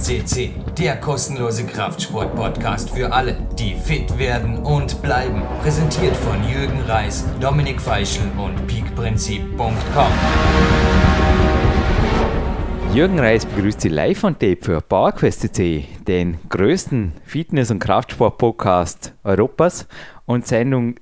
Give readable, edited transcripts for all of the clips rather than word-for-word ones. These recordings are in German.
CC, der kostenlose Kraftsport-Podcast für alle, die fit werden und bleiben. Präsentiert von Jürgen Reis, Dominik Feischl und peakprinzip.com. Jürgen Reis begrüßt Sie live on tape für PowerQuest.cc, den größten Fitness- und Kraftsport-Podcast Europas und Sendung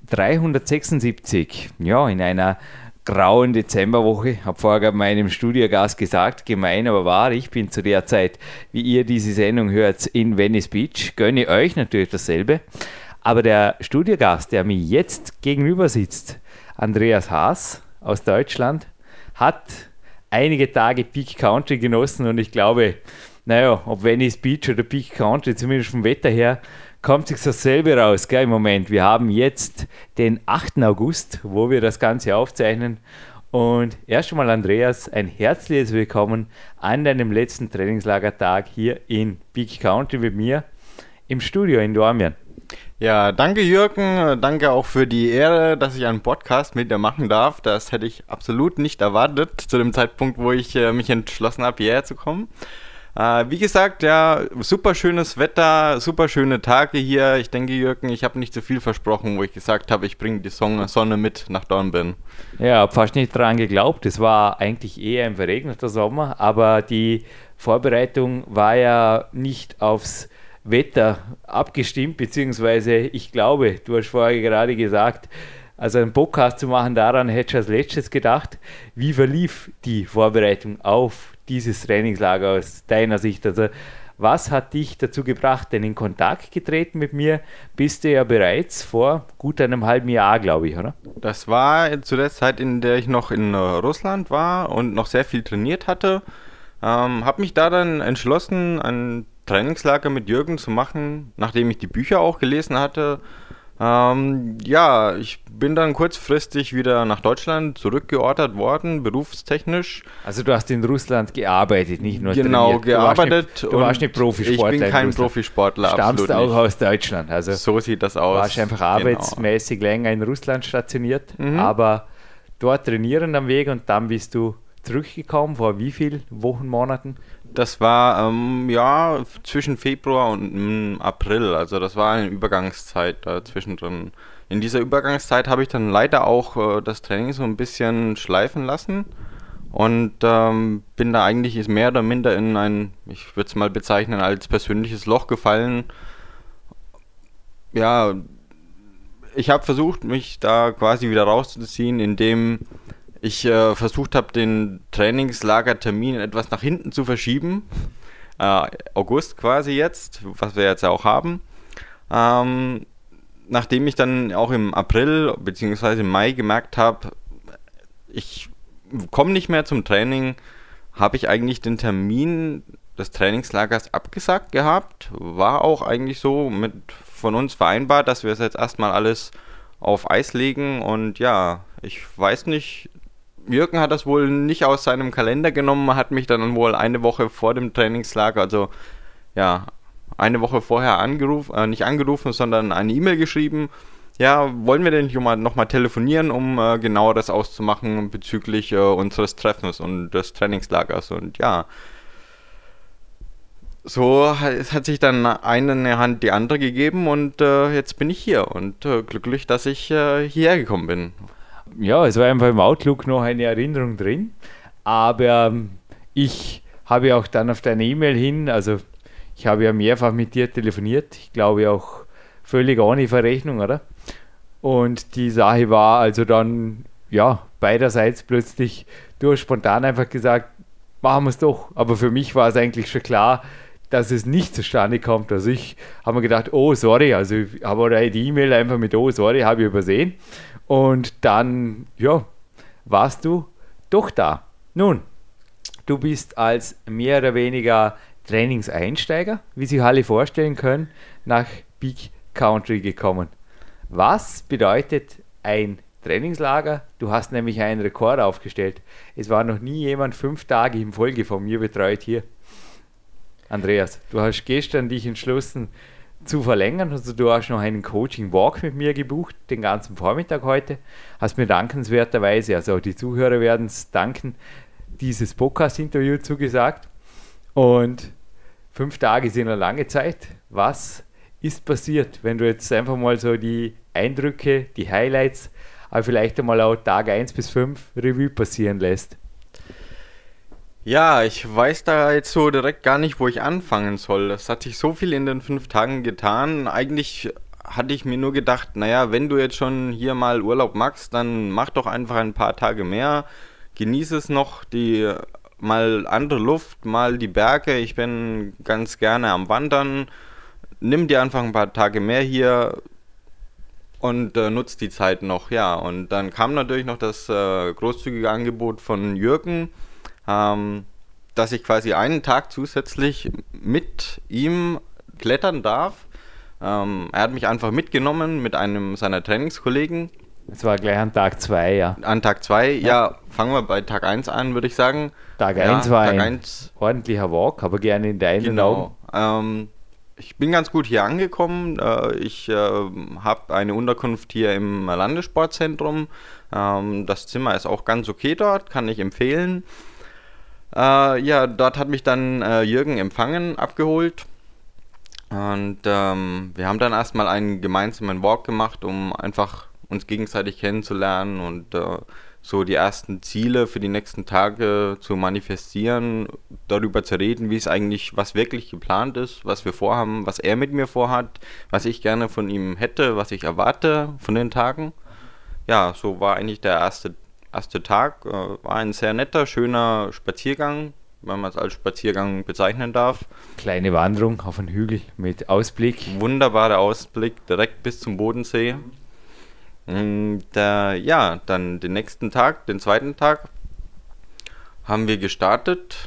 376. Ja, in einer grauen Dezemberwoche. Habe vorher meinem Studiogast gesagt, gemein, aber wahr, ich bin zu der Zeit, wie ihr diese Sendung hört, in Venice Beach. Gönne euch natürlich dasselbe. Aber der Studiogast, der mir jetzt gegenüber sitzt, Andreas Haas aus Deutschland, hat einige Tage Peak Country genossen und ich glaube, naja, ob Venice Beach oder Peak Country, zumindest vom Wetter her, kommt sich dasselbe raus, gell, im Moment. Wir haben jetzt den 8. August, wo wir das Ganze aufzeichnen. Und erst einmal, Andreas, ein herzliches Willkommen an deinem letzten Trainingslagertag hier in Peak Country mit mir im Studio in Dormien. Ja, danke Jürgen, danke auch für die Ehre, dass ich einen Podcast mit dir machen darf. Das hätte ich absolut nicht erwartet, zu dem Zeitpunkt, wo ich mich entschlossen habe, hierher zu kommen. Wie gesagt, ja, super schönes Wetter, super schöne Tage hier. Ich denke, Jürgen, ich habe nicht zu viel versprochen, wo ich gesagt habe, ich bringe die Sonne mit nach Dornbirn. Ja, habe fast nicht dran geglaubt. Es war eigentlich eher ein verregneter Sommer, aber die Vorbereitung war ja nicht aufs Wetter abgestimmt, beziehungsweise ich glaube, du hast vorher gerade gesagt, also einen Podcast zu machen, daran hätte ich als letztes gedacht. Wie verlief die Vorbereitung auf dieses Trainingslager aus deiner Sicht? Also was hat dich dazu gebracht, denn in Kontakt getreten mit mir? Bist du ja bereits vor gut einem halben Jahr, glaube ich, oder? Das war zu der Zeit, in der ich noch in Russland war und noch sehr viel trainiert hatte. Habe mich da dann entschlossen, ein Trainingslager mit Jürgen zu machen, nachdem ich die Bücher auch gelesen hatte. Ja, ich bin dann kurzfristig wieder nach Deutschland zurückgeordert worden, berufstechnisch. Also du hast in Russland gearbeitet, nicht nur genau, trainiert. Gearbeitet. Du warst nicht Profisportler. Ich bin kein Profisportler, stammst absolut auch aus Deutschland. Also so sieht das aus. Warst einfach arbeitsmäßig länger in Russland stationiert, aber dort trainieren am Weg und dann bist du zurückgekommen, vor wie vielen Wochen, Monaten? Das war ja zwischen Februar und April, also das war eine Übergangszeit zwischendrin. In dieser Übergangszeit habe ich dann leider auch das Training so ein bisschen schleifen lassen und bin da eigentlich mehr oder minder in ein, ich würde es mal bezeichnen, als persönliches Loch gefallen. Ja, ich habe versucht, mich da quasi wieder rauszuziehen, indem ich versucht habe, den Trainingslagertermin etwas nach hinten zu verschieben. August quasi jetzt, was wir jetzt auch haben. Nachdem ich dann auch im April bzw. im Mai gemerkt habe, ich komme nicht mehr zum Training, habe ich eigentlich den Termin des Trainingslagers abgesagt gehabt. War auch eigentlich so von uns vereinbart, dass wir es jetzt erstmal alles auf Eis legen. Und ja, ich weiß nicht, Jürgen hat das wohl nicht aus seinem Kalender genommen, hat mich dann wohl eine Woche vor dem Trainingslager, also ja, eine Woche vorher nicht angerufen, sondern eine E-Mail geschrieben. Ja, wollen wir denn nochmal telefonieren, um genaueres auszumachen bezüglich unseres Treffens und des Trainingslagers. Und ja, so hat sich dann eine Hand die andere gegeben und jetzt bin ich hier und glücklich, dass ich hierher gekommen bin. Ja, es war einfach im Outlook noch eine Erinnerung drin, aber ich habe auch dann auf deine E-Mail hin, also ich habe ja mehrfach mit dir telefoniert, ich glaube auch völlig ohne Verrechnung, oder? Und die Sache war also dann, ja, beiderseits plötzlich, du hast spontan einfach gesagt, machen wir es doch, aber für mich war es eigentlich schon klar, dass es nicht zustande kommt. Also ich habe mir gedacht, oh sorry, also ich habe die E-Mail einfach mit oh sorry, habe ich übersehen. Und dann, ja, warst du doch da. Nun, du bist als mehr oder weniger Trainingseinsteiger, wie sich alle vorstellen können, nach Peak Country gekommen. Was bedeutet ein Trainingslager? Du hast nämlich einen Rekord aufgestellt. Es war noch nie jemand 5 Tage in Folge von mir betreut hier. Andreas, du hast gestern dich entschlossen zu verlängern, also du hast noch einen Coaching-Walk mit mir gebucht, den ganzen Vormittag heute, hast mir dankenswerterweise, also die Zuhörer werden es danken, dieses Podcast-Interview zugesagt und 5 Tage sind eine lange Zeit. Was ist passiert, wenn du jetzt einfach mal so die Eindrücke, die Highlights, aber vielleicht einmal auch Tag 1 bis 5 Revue passieren lässt? Ja, ich weiß da jetzt so direkt gar nicht, wo ich anfangen soll. Es hat sich so viel in den 5 Tagen getan. Eigentlich hatte ich mir nur gedacht, naja, wenn du jetzt schon hier mal Urlaub machst, dann mach doch einfach ein paar Tage mehr. Genieße es noch, mal andere Luft, mal die Berge. Ich bin ganz gerne am Wandern. Nimm dir einfach ein paar Tage mehr hier und nutzt die Zeit noch. Ja, und dann kam natürlich noch das großzügige Angebot von Jürgen, dass ich quasi einen Tag zusätzlich mit ihm klettern darf. Er hat mich einfach mitgenommen mit einem seiner Trainingskollegen. Das war gleich an Tag 2, ja. An Tag 2, ja, fangen wir bei Tag 1 an, würde ich sagen. Tag 1 war ein ordentlicher Walk, aber gerne in deinen Augen. Ich bin ganz gut hier angekommen. Ich habe eine Unterkunft hier im Landessportzentrum. Das Zimmer ist auch ganz okay dort, kann ich empfehlen. Ja, dort hat mich dann Jürgen empfangen, abgeholt. Und wir haben dann erstmal einen gemeinsamen Walk gemacht, um einfach uns gegenseitig kennenzulernen und so die ersten Ziele für die nächsten Tage zu manifestieren, darüber zu reden, was wirklich geplant ist, was wir vorhaben, was er mit mir vorhat, was ich gerne von ihm hätte, was ich erwarte von den Tagen. Ja, so war eigentlich der erste Tag. War ein sehr netter, schöner Spaziergang, wenn man es als Spaziergang bezeichnen darf. Kleine Wanderung auf einen Hügel mit Ausblick. Wunderbarer Ausblick, direkt bis zum Bodensee. Und ja, dann den nächsten Tag, den zweiten Tag, haben wir ihn gestartet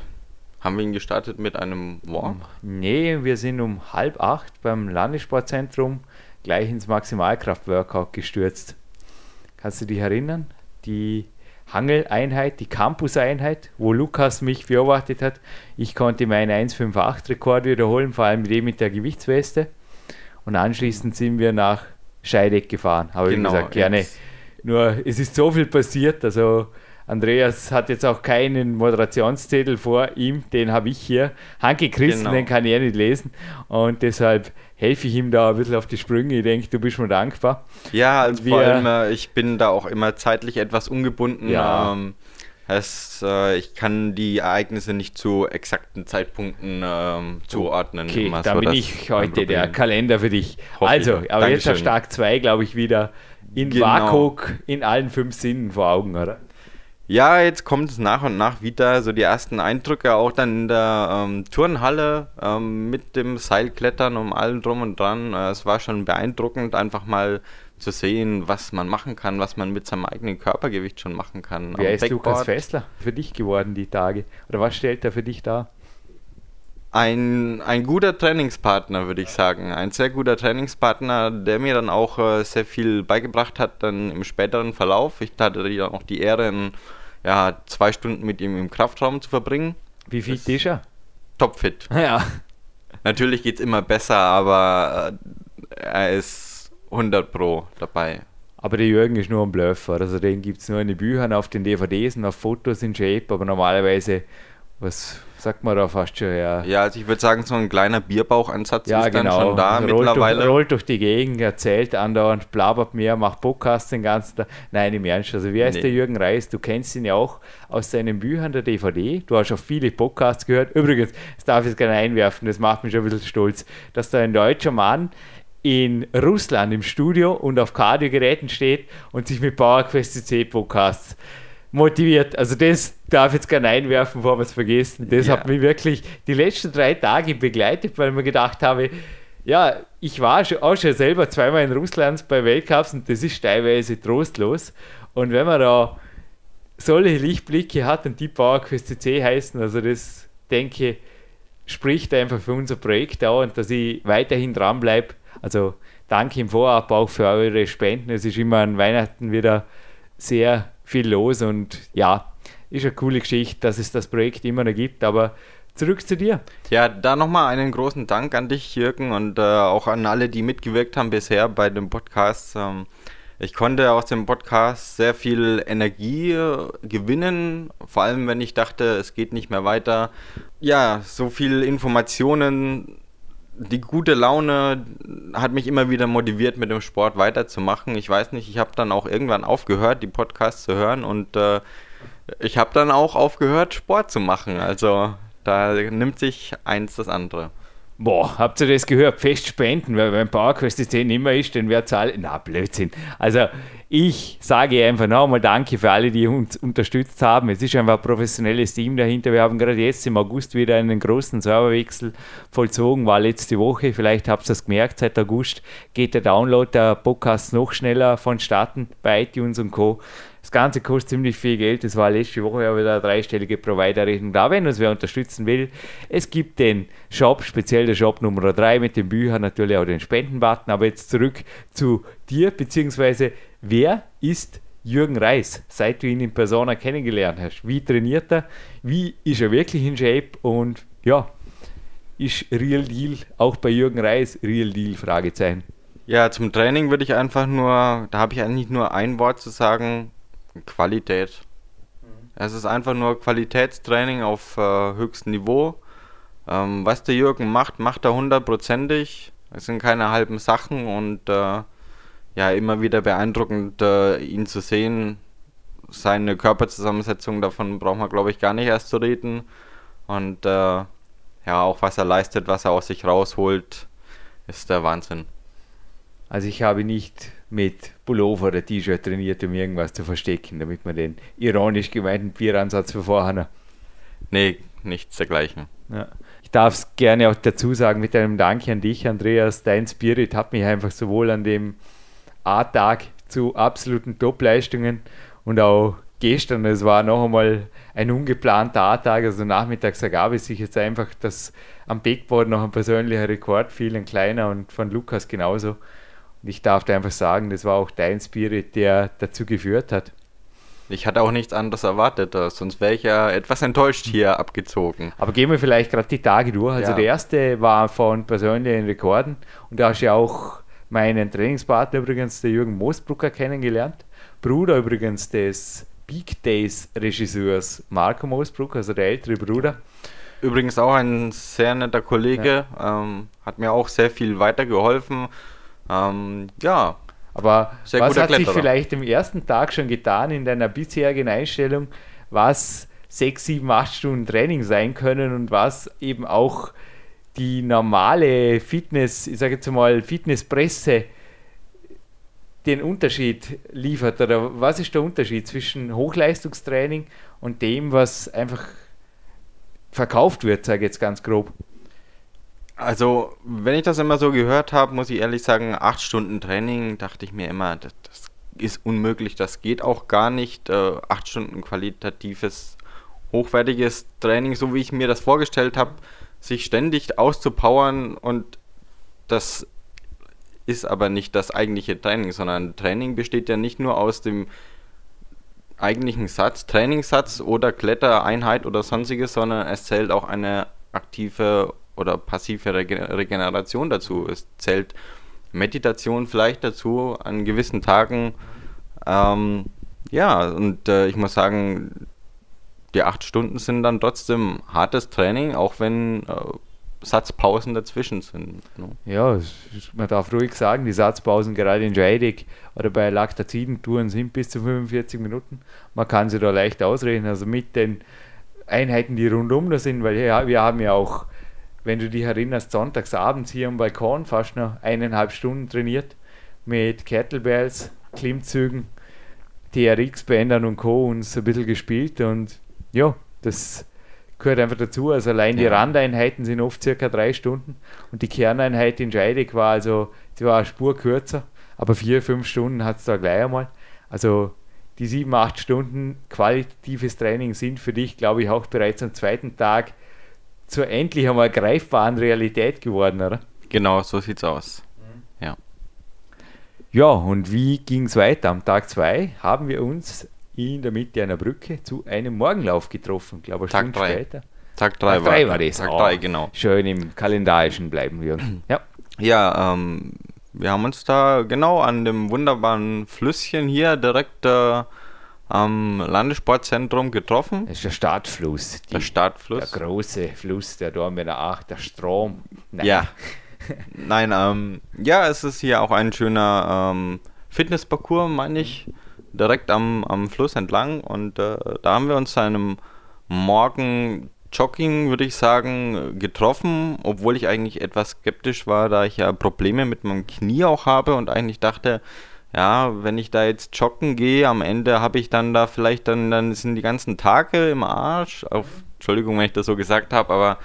mit einem Walk? Nee, wir sind um 7:30 beim Landessportzentrum gleich ins Maximalkraft-Workout gestürzt. Kannst du dich erinnern? Die Hangeleinheit, die Campus-Einheit, wo Lukas mich beobachtet hat. Ich konnte meinen 1,58-Rekord wiederholen, vor allem mit der Gewichtsweste. Und anschließend sind wir nach Scheideck gefahren, habe ich gesagt, gerne. Nur es ist so viel passiert, also Andreas hat jetzt auch keinen Moderationszettel vor ihm, den habe ich hier. Hanke Christen, den kann er nicht lesen und deshalb helfe ich ihm da ein bisschen auf die Sprünge. Ich denke, du bist mir dankbar. Ja, also vor allem, ich bin da auch immer zeitlich etwas ungebunden. Ja. Ich kann die Ereignisse nicht zu exakten Zeitpunkten zuordnen. Okay, dann bin ich heute der Kalender für dich. Also, aber Dankeschön. Jetzt hast du Tag 2, glaube ich, wieder in WAKOK in allen 5 Sinnen vor Augen, oder? Ja, jetzt kommt es nach und nach wieder, so die ersten Eindrücke, auch dann in der Turnhalle mit dem Seilklettern und allem drum und dran. Es war schon beeindruckend, einfach mal zu sehen, was man machen kann, was man mit seinem eigenen Körpergewicht schon machen kann. Wer ist Lukas Fessler für dich geworden die Tage? Oder was stellt er für dich dar? Ein guter Trainingspartner, würde ich sagen. Ein sehr guter Trainingspartner, der mir dann auch sehr viel beigebracht hat, dann im späteren Verlauf. Ich hatte ja auch die Ehre, 2 Stunden mit ihm im Kraftraum zu verbringen. Wie fit ist er? Topfit. Ja. Natürlich geht es immer besser, aber er ist 100% dabei. Aber der Jürgen ist nur ein Bluffer. Also den gibt es nur in den Büchern, auf den DVDs und auf Fotos in Shape, aber normalerweise, was sagt man da fast schon, ja. Ja, also ich würde sagen, so ein kleiner Bierbauchansatz ist dann schon da mittlerweile. Rollt durch die Gegend, erzählt andauernd, blabbert mehr, macht Podcasts den ganzen Tag. Nein, im Ernst. Also wie heißt der Jürgen Reis? Du kennst ihn ja auch aus seinen Büchern der DVD. Du hast auch viele Podcasts gehört. Übrigens, das darf ich jetzt gerne einwerfen, das macht mich schon ein bisschen stolz, dass da ein deutscher Mann in Russland im Studio und auf Kardiogeräten steht und sich mit PowerQuest CC Podcasts motiviert. Also das darf ich jetzt gerne einwerfen, bevor wir es vergessen. Das hat mich wirklich die letzten 3 Tage begleitet, weil ich mir gedacht habe, ja, ich war auch schon selber 2-mal in Russland bei Weltcups und das ist teilweise trostlos. Und wenn man da solche Lichtblicke hat und die PowerQuest CC heißen, also das, denke ich, spricht einfach für unser Projekt auch und dass ich weiterhin dranbleibe. Also danke im Vorab auch für eure Spenden. Es ist immer an Weihnachten wieder sehr viel los und ja, ist eine coole Geschichte, dass es das Projekt immer noch gibt, aber zurück zu dir. Ja, da nochmal einen großen Dank an dich, Jürgen, und auch an alle, die mitgewirkt haben bisher bei dem Podcast. Ich konnte aus dem Podcast sehr viel Energie gewinnen, vor allem wenn ich dachte, es geht nicht mehr weiter. Ja, so viel Informationen, die gute Laune hat mich immer wieder motiviert, mit dem Sport weiterzumachen. Ich weiß nicht, ich habe dann auch irgendwann aufgehört, die Podcasts zu hören und ich habe dann auch aufgehört, Sport zu machen. Also da nimmt sich eins das andere. Boah, habt ihr das gehört? Fest spenden, weil beim PowerQuest das 10 immer ist, dann wird es alle. Na, Blödsinn. Also, ich sage einfach nochmal Danke für alle, die uns unterstützt haben. Es ist einfach ein professionelles Team dahinter. Wir haben gerade jetzt im August wieder einen großen Serverwechsel vollzogen, war letzte Woche. Vielleicht habt ihr es gemerkt, seit August geht der Download der Podcasts noch schneller vonstatten bei iTunes und Co. Das Ganze kostet ziemlich viel Geld. Das war letzte Woche aber wieder eine dreistellige Provider-Rechnung da. Wenn uns wer unterstützen will, es gibt den Shop, speziell der Shop Nummer 3 mit den Büchern, natürlich auch den Spendenbutton. Aber jetzt zurück zu dir, beziehungsweise wer ist Jürgen Reis, seit du ihn in Persona kennengelernt hast? Wie trainiert er? Wie ist er wirklich in Shape? Und ja, ist Real Deal auch bei Jürgen Reis Real Deal? Fragezeichen. Ja, zum Training würde ich einfach nur, da habe ich eigentlich nur ein Wort zu sagen: Qualität. Es ist einfach nur Qualitätstraining auf höchstem Niveau. Was der Jürgen macht, macht er 100%ig. Es sind keine halben Sachen und ja, immer wieder beeindruckend, ihn zu sehen. Seine Körperzusammensetzung, davon braucht man, glaube ich, gar nicht erst zu reden. Und ja, auch was er leistet, was er aus sich rausholt, ist der Wahnsinn. Also ich habe nicht mit Pullover oder T-Shirt trainiert, um irgendwas zu verstecken, damit man den ironisch gemeinten Bieransatz für vorher hat. Nee, nichts dergleichen. Ja. Ich darf es gerne auch dazu sagen, mit einem Dank an dich, Andreas. Dein Spirit hat mich einfach sowohl an dem A-Tag zu absoluten Top-Leistungen und auch gestern, es war noch einmal ein ungeplanter A-Tag, also nachmittags ergab es sich jetzt einfach, dass am Backboard noch ein persönlicher Rekord fiel, ein kleiner, und von Lukas genauso. Und ich darf dir einfach sagen, das war auch dein Spirit, der dazu geführt hat. Ich hatte auch nichts anderes erwartet, sonst wäre ich ja etwas enttäuscht hier abgezogen. Aber gehen wir vielleicht gerade die Tage durch. Also Ja. Der erste war von persönlichen Rekorden und da hast du ja auch meinen Trainingspartner übrigens, der Jürgen Moosbrucker, kennengelernt. Bruder übrigens des Peak Days Regisseurs Marco Moosbrucker, also der ältere Bruder. Übrigens auch ein sehr netter Kollege, hat mir auch sehr viel weitergeholfen. Ja, Aber sehr was guter hat sich Kletterer. vielleicht am ersten Tag schon getan in deiner bisherigen Einstellung, was 6, 7, 8 Stunden Training sein können und was eben auch die normale Fitness, ich sage jetzt mal Fitnesspresse, den Unterschied liefert? Oder was ist der Unterschied zwischen Hochleistungstraining und dem, was einfach verkauft wird, sage ich jetzt ganz grob? also wenn ich das immer so gehört habe, muss ich ehrlich sagen, 8 Stunden Training, dachte ich mir immer, das ist unmöglich, das geht auch gar nicht. 8 Stunden qualitatives, hochwertiges Training, so wie ich mir das vorgestellt habe, sich ständig auszupowern, und das ist aber nicht das eigentliche Training, sondern Training besteht ja nicht nur aus dem eigentlichen Satz, Trainingssatz oder Klettereinheit oder sonstiges, sondern es zählt auch eine aktive oder passive Regeneration dazu. Es zählt Meditation vielleicht dazu an gewissen Tagen. Ja, und ich muss sagen, die 8 Stunden sind dann trotzdem hartes Training, auch wenn Satzpausen dazwischen sind. Ne? Ja, man darf ruhig sagen, die Satzpausen gerade in Scheidegg oder bei Lactazidentouren sind bis zu 45 Minuten. Man kann sie da leicht ausrechnen, also mit den Einheiten, die rundum da sind, weil ja, wir haben ja auch, wenn du dich erinnerst, sonntags abends hier am Balkon fast noch 1,5 Stunden trainiert mit Kettlebells, Klimmzügen, TRX-Bändern und Co. uns ein bisschen gespielt, und ja, das gehört einfach dazu. Also allein die Ja. Randeinheiten sind oft circa 3 Stunden und die Kerneinheit in Scheidegg war also, die war eine Spur kürzer, aber 4, 5 Stunden hat es da gleich einmal. Also die 7, 8 Stunden qualitatives Training sind für dich, glaube ich, auch bereits am zweiten Tag zur endlich einmal greifbaren Realität geworden, oder? Genau, so sieht's aus. Ja. Ja, und wie ging es weiter? Am Tag 2 haben wir uns in der Mitte einer Brücke zu einem Morgenlauf getroffen, glaube ich, Tag Stunde 3. später. Tag 3 Tag 3 war das. Tag Oh. 3, genau. Schön im Kalendarischen bleiben wir. Ja. Ja, wir haben uns da genau an dem wunderbaren Flüsschen hier direkt am Landessportzentrum getroffen. Das ist der Stadtfluss. Der Stadtfluss. Der große Fluss, der da mit der Acht, der Strom. Nein. Ja. Nein, ja, es ist hier auch ein schöner Fitnessparcours, meine ich, direkt am Fluss entlang. Und da haben wir uns zu einem Morgen-Jogging, würde ich sagen, getroffen, obwohl ich eigentlich etwas skeptisch war, da ich ja Probleme mit meinem Knie auch habe und eigentlich dachte, ja, wenn ich da jetzt joggen gehe, am Ende habe ich dann da vielleicht dann sind die ganzen Tage im Arsch. Entschuldigung, wenn ich das so gesagt habe, aber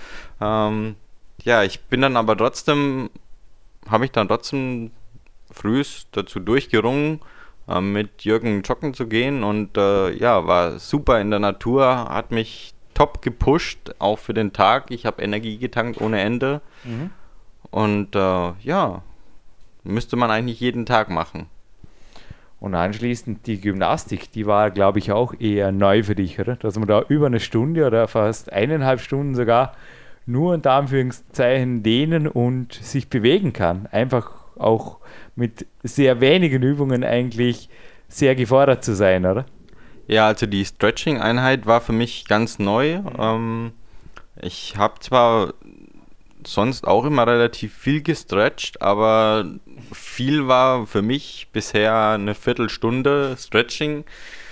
ja, ich bin dann aber trotzdem, habe ich dann trotzdem frühst dazu durchgerungen, mit Jürgen joggen zu gehen und ja, war super in der Natur, hat mich top gepusht, auch für den Tag. Ich habe Energie getankt ohne Ende und ja, müsste man eigentlich jeden Tag machen. Und anschließend die Gymnastik, die war, glaube ich, auch eher neu für dich, oder? Dass man da über eine Stunde oder fast 1,5 Stunden sogar nur unter Anführungszeichen dehnen und sich bewegen kann. Einfach auch mit sehr wenigen Übungen eigentlich sehr gefordert zu sein, oder? Ja, also die Stretching-Einheit war für mich ganz neu. Ich habe zwar sonst auch immer relativ viel gestretcht, aber viel war für mich bisher eine Viertelstunde Stretching.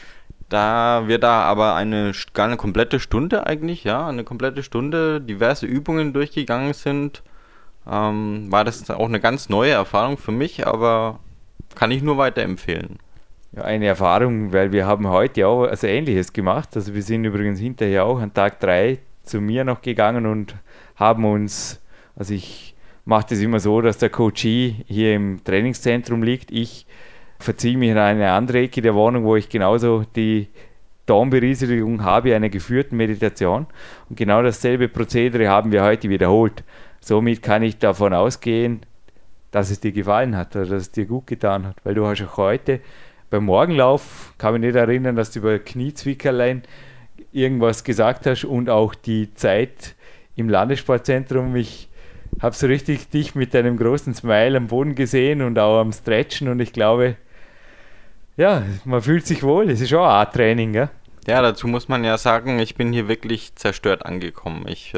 Da wir da aber gar eine komplette Stunde eigentlich, ja, eine komplette Stunde diverse Übungen durchgegangen sind, war das auch eine ganz neue Erfahrung für mich, aber kann ich nur weiterempfehlen. Ja, eine Erfahrung, weil wir haben heute auch also Ähnliches gemacht. Also wir sind übrigens hinterher auch an Tag 3 zu mir noch gegangen und haben uns, also ich mache das immer so, dass der Coachee hier im Trainingszentrum liegt. Ich verziehe mich in eine andere Ecke der Wohnung, wo ich genauso die Darmberieselung habe, eine geführte Meditation. Und genau dasselbe Prozedere haben wir heute wiederholt. Somit kann ich davon ausgehen, dass es dir gefallen hat oder dass es dir gut getan hat. Weil du hast auch heute beim Morgenlauf, kann mich nicht erinnern, dass du über Kniezwickerlein irgendwas gesagt hast und auch die Zeit im Landessportzentrum. Ich habe so richtig dich mit deinem großen Smile am Boden gesehen und auch am Stretchen und ich glaube, ja, man fühlt sich wohl. Es ist schon eine Art Training, gell? Ja, dazu muss man ja sagen, ich bin hier wirklich zerstört angekommen. Ich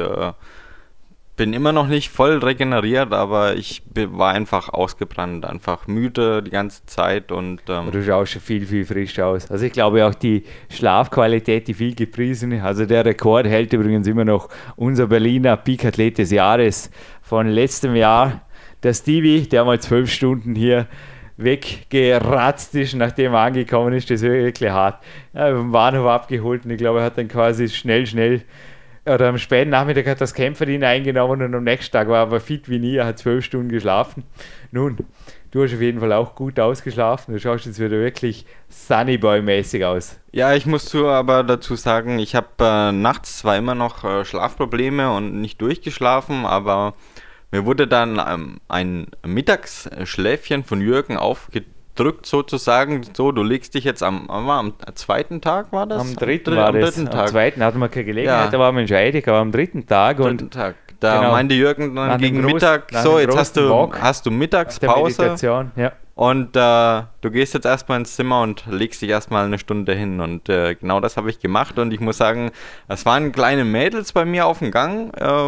bin immer noch nicht voll regeneriert, aber ich war einfach ausgebrannt, einfach müde die ganze Zeit und du schaust schon viel, viel frisch aus. Also ich glaube auch die Schlafqualität, die viel gepriesene, also der Rekord hält übrigens immer noch unser Berliner Peak-Athlet des Jahres von letztem Jahr, der Stevie, der mal 12 Stunden hier weggeratzt ist, nachdem er angekommen ist. Das ist wirklich hart. Ja, vom Bahnhof abgeholt und ich glaube, er hat dann quasi schnell oder am späten Nachmittag hat das Kämpferin eingenommen und am nächsten Tag war er aber fit wie nie, er hat 12 Stunden geschlafen. Nun, du hast auf jeden Fall auch gut ausgeschlafen, du schaust jetzt wieder wirklich Sunnyboy-mäßig aus. Ja, ich muss aber dazu sagen, ich habe nachts zwar immer noch Schlafprobleme und nicht durchgeschlafen, aber mir wurde dann ein Mittagsschläfchen von Jürgen aufgedrückt sozusagen. So, du legst dich jetzt am zweiten Tag, war das? Am dritten Tag. Am zweiten hatten wir keine Gelegenheit, da waren wir entscheidig, aber am dritten Tag. Da genau, meinte Jürgen dann gegen Mittag, so, jetzt hast du Mittagspause. Ja. Und du gehst jetzt erstmal ins Zimmer und legst dich erstmal eine Stunde hin. Und genau das habe ich gemacht. Und ich muss sagen, es waren kleine Mädels bei mir auf dem Gang,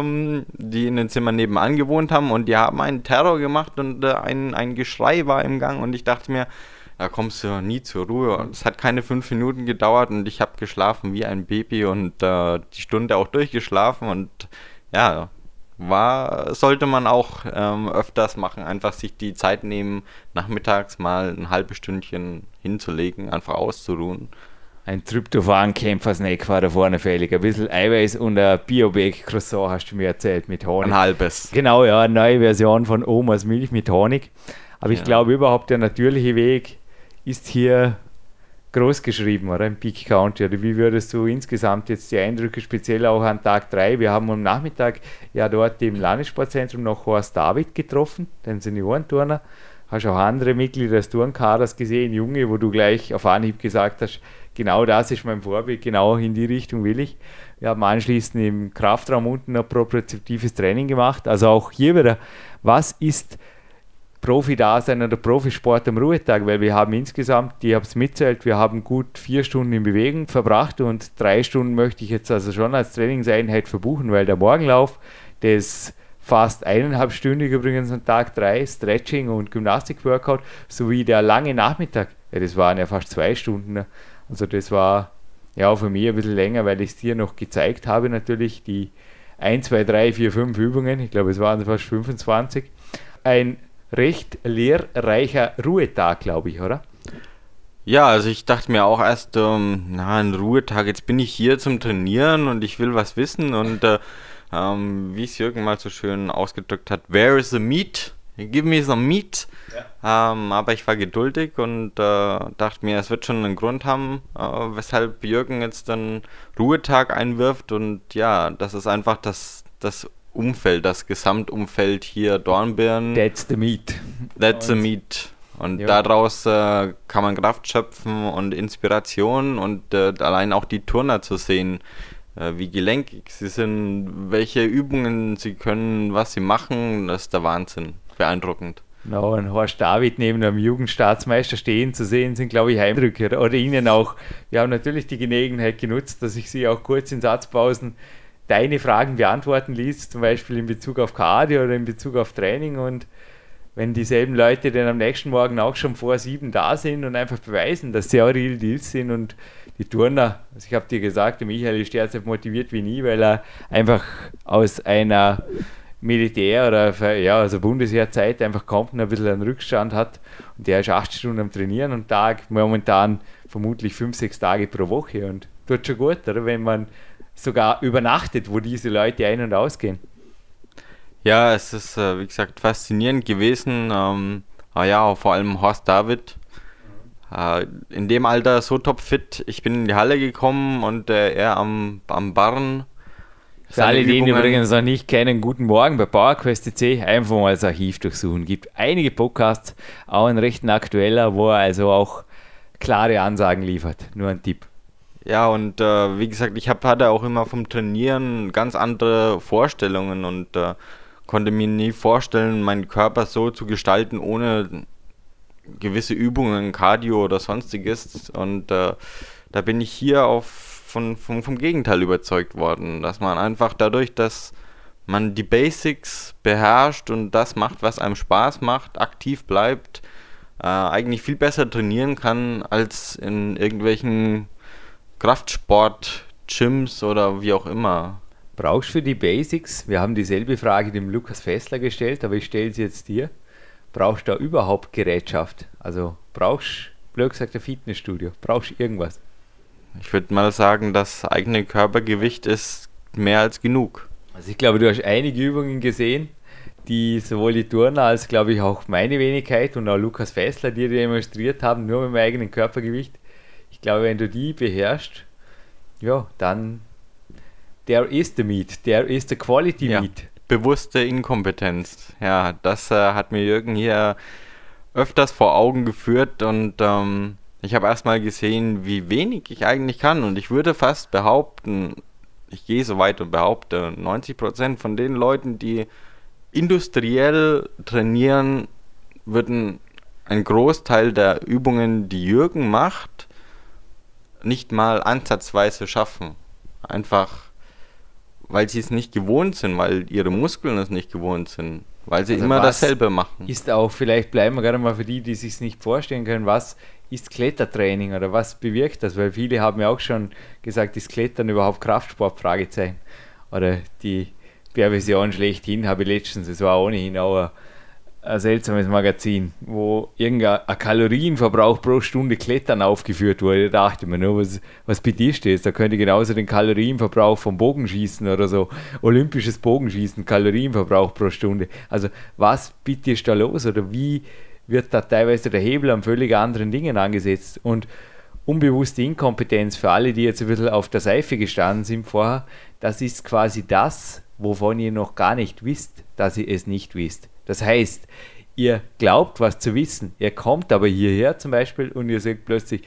die in den Zimmern nebenan gewohnt haben. Und die haben einen Terror gemacht und ein Geschrei war im Gang. Und ich dachte mir, da kommst du nie zur Ruhe. Es hat keine 5 Minuten gedauert und ich habe geschlafen wie ein Baby und die Stunde auch durchgeschlafen. Und ja, sollte man auch öfters machen, einfach sich die Zeit nehmen, nachmittags mal ein halbes Stündchen hinzulegen, einfach auszuruhen. Ein Tryptophan-Kämpfer-Snack war da vorne fällig. Ein bisschen Eiweiß und ein Bio-Bake-Croissant hast du mir erzählt mit Honig. Ein halbes. Genau, ja, eine neue Version von Omas Milch mit Honig. Aber ich glaube überhaupt, der natürliche Weg ist hier groß geschrieben, oder? Im Peak County. Oder wie würdest du insgesamt jetzt die Eindrücke, speziell auch an Tag 3? Wir haben am Nachmittag ja dort im Landessportzentrum noch Horst David getroffen, den Seniorenturner. Hast auch andere Mitglieder des Turnkaders gesehen, Junge, wo du gleich auf Anhieb gesagt hast, genau das ist mein Vorbild, genau in die Richtung will ich. Wir haben anschließend im Kraftraum unten ein propriozeptives Training gemacht. Also auch hier wieder, was ist Profi-Dasein oder Profisport am Ruhetag, weil wir haben insgesamt, ich habe es mitzählt, wir haben gut 4 Stunden in Bewegung verbracht und 3 Stunden möchte ich jetzt also schon als Trainingseinheit verbuchen, weil der Morgenlauf, das fast 1,5-stündig übrigens am Tag 3, Stretching und Gymnastik-Workout, sowie der lange Nachmittag, ja, das waren ja fast 2 Stunden. Ne? Also das war ja für mich ein bisschen länger, weil ich es dir noch gezeigt habe, natürlich die 1, 2, 3, 4, 5 Übungen, ich glaube es waren fast 25. Ein recht lehrreicher Ruhetag, glaube ich, oder? Ja, also ich dachte mir auch erst, ein Ruhetag, jetzt bin ich hier zum Trainieren und ich will was wissen und wie es Jürgen mal so schön ausgedrückt hat, where is the meat? Give me some meat. Ja. Aber ich war geduldig und dachte mir, es wird schon einen Grund haben, weshalb Jürgen jetzt einen Ruhetag einwirft und ja, das ist einfach das Umfeld, das Gesamtumfeld hier Dornbirn. That's the meat. That's the meat. Und daraus kann man Kraft schöpfen und Inspiration und allein auch die Turner zu sehen, wie gelenkig sie sind, welche Übungen sie können, was sie machen, das ist der Wahnsinn. Beeindruckend. Genau, und Horst David neben einem Jugendstaatsmeister stehen zu sehen, sind, glaube ich, Heimdrücke. Oder Ihnen auch. Wir haben natürlich die Gelegenheit genutzt, dass ich Sie auch kurz in Satzpausen deine Fragen beantworten ließ, zum Beispiel in Bezug auf Cardio oder in Bezug auf Training. Und wenn dieselben Leute dann am nächsten Morgen auch schon vor 7 da sind und einfach beweisen, dass sie auch Real Deals sind und die Turner, also ich habe dir gesagt, der Michael ist derzeit motiviert wie nie, weil er einfach aus einer Militär- oder also Bundeswehrzeit einfach kommt und ein bisschen einen Rückstand hat und der ist 8 Stunden am Trainieren am Tag, momentan vermutlich 5-6 Tage pro Woche und tut schon gut, oder? Wenn man sogar übernachtet, wo diese Leute ein- und ausgehen. Ja, es ist, wie gesagt, faszinierend gewesen. Vor allem Horst David. In dem Alter so topfit. Ich bin in die Halle gekommen und er am Barren. Für alle, die ihn übrigens noch nicht kennen, guten Morgen bei PowerQuest.cc. Einfach mal das Archiv durchsuchen. Gibt einige Podcasts, auch ein recht aktueller, wo er also auch klare Ansagen liefert. Nur ein Tipp. Ja, und wie gesagt, ich hatte auch immer vom Trainieren ganz andere Vorstellungen und konnte mir nie vorstellen, meinen Körper so zu gestalten, ohne gewisse Übungen, Cardio oder sonstiges. Und da bin ich hier vom Gegenteil überzeugt worden, dass man einfach dadurch, dass man die Basics beherrscht und das macht, was einem Spaß macht, aktiv bleibt, eigentlich viel besser trainieren kann als in irgendwelchen Kraftsport-Gyms oder wie auch immer. Brauchst du für die Basics, wir haben dieselbe Frage dem Lukas Fessler gestellt, aber ich stelle sie jetzt dir, brauchst du da überhaupt Gerätschaft? Also brauchst du, blöd gesagt, ein Fitnessstudio, brauchst du irgendwas? Ich würde mal sagen, das eigene Körpergewicht ist mehr als genug. Also ich glaube, du hast einige Übungen gesehen, die sowohl die Turner als, glaube ich, auch meine Wenigkeit und auch Lukas Fessler dir demonstriert haben, nur mit dem eigenen Körpergewicht. Ich glaube, wenn du die beherrschst, ja, dann there is the meat, there is the quality meat. Bewusste Inkompetenz. Ja, das hat mir Jürgen hier öfters vor Augen geführt und ich habe erstmal gesehen, wie wenig ich eigentlich kann und ich würde fast behaupten, ich gehe so weit und behaupte, 90% von den Leuten, die industriell trainieren, würden einen Großteil der Übungen, die Jürgen macht, nicht mal ansatzweise schaffen. Einfach, weil sie es nicht gewohnt sind, weil ihre Muskeln es nicht gewohnt sind, weil sie immer dasselbe machen. Ist auch, vielleicht bleiben wir gerade mal für die, die sich es nicht vorstellen können, was ist Klettertraining oder was bewirkt das? Weil viele haben ja auch schon gesagt, ist Klettern überhaupt Kraftsport? Fragezeichen. Oder die Perversion schlechthin habe ich letztens, es war ohnehin auch ein seltsames Magazin, wo irgendein Kalorienverbrauch pro Stunde Klettern aufgeführt wurde. Da dachte ich mir nur, was bei dir steht, da könnte genauso den Kalorienverbrauch vom Bogenschießen oder so, olympisches Bogenschießen, Kalorienverbrauch pro Stunde. Also was bitte ist da los oder wie wird da teilweise der Hebel an völlig anderen Dingen angesetzt? Und unbewusste Inkompetenz für alle, die jetzt ein bisschen auf der Seife gestanden sind vorher, das ist quasi das, wovon ihr noch gar nicht wisst, dass ihr es nicht wisst. Das heißt, ihr glaubt, was zu wissen, ihr kommt aber hierher zum Beispiel und ihr sagt plötzlich,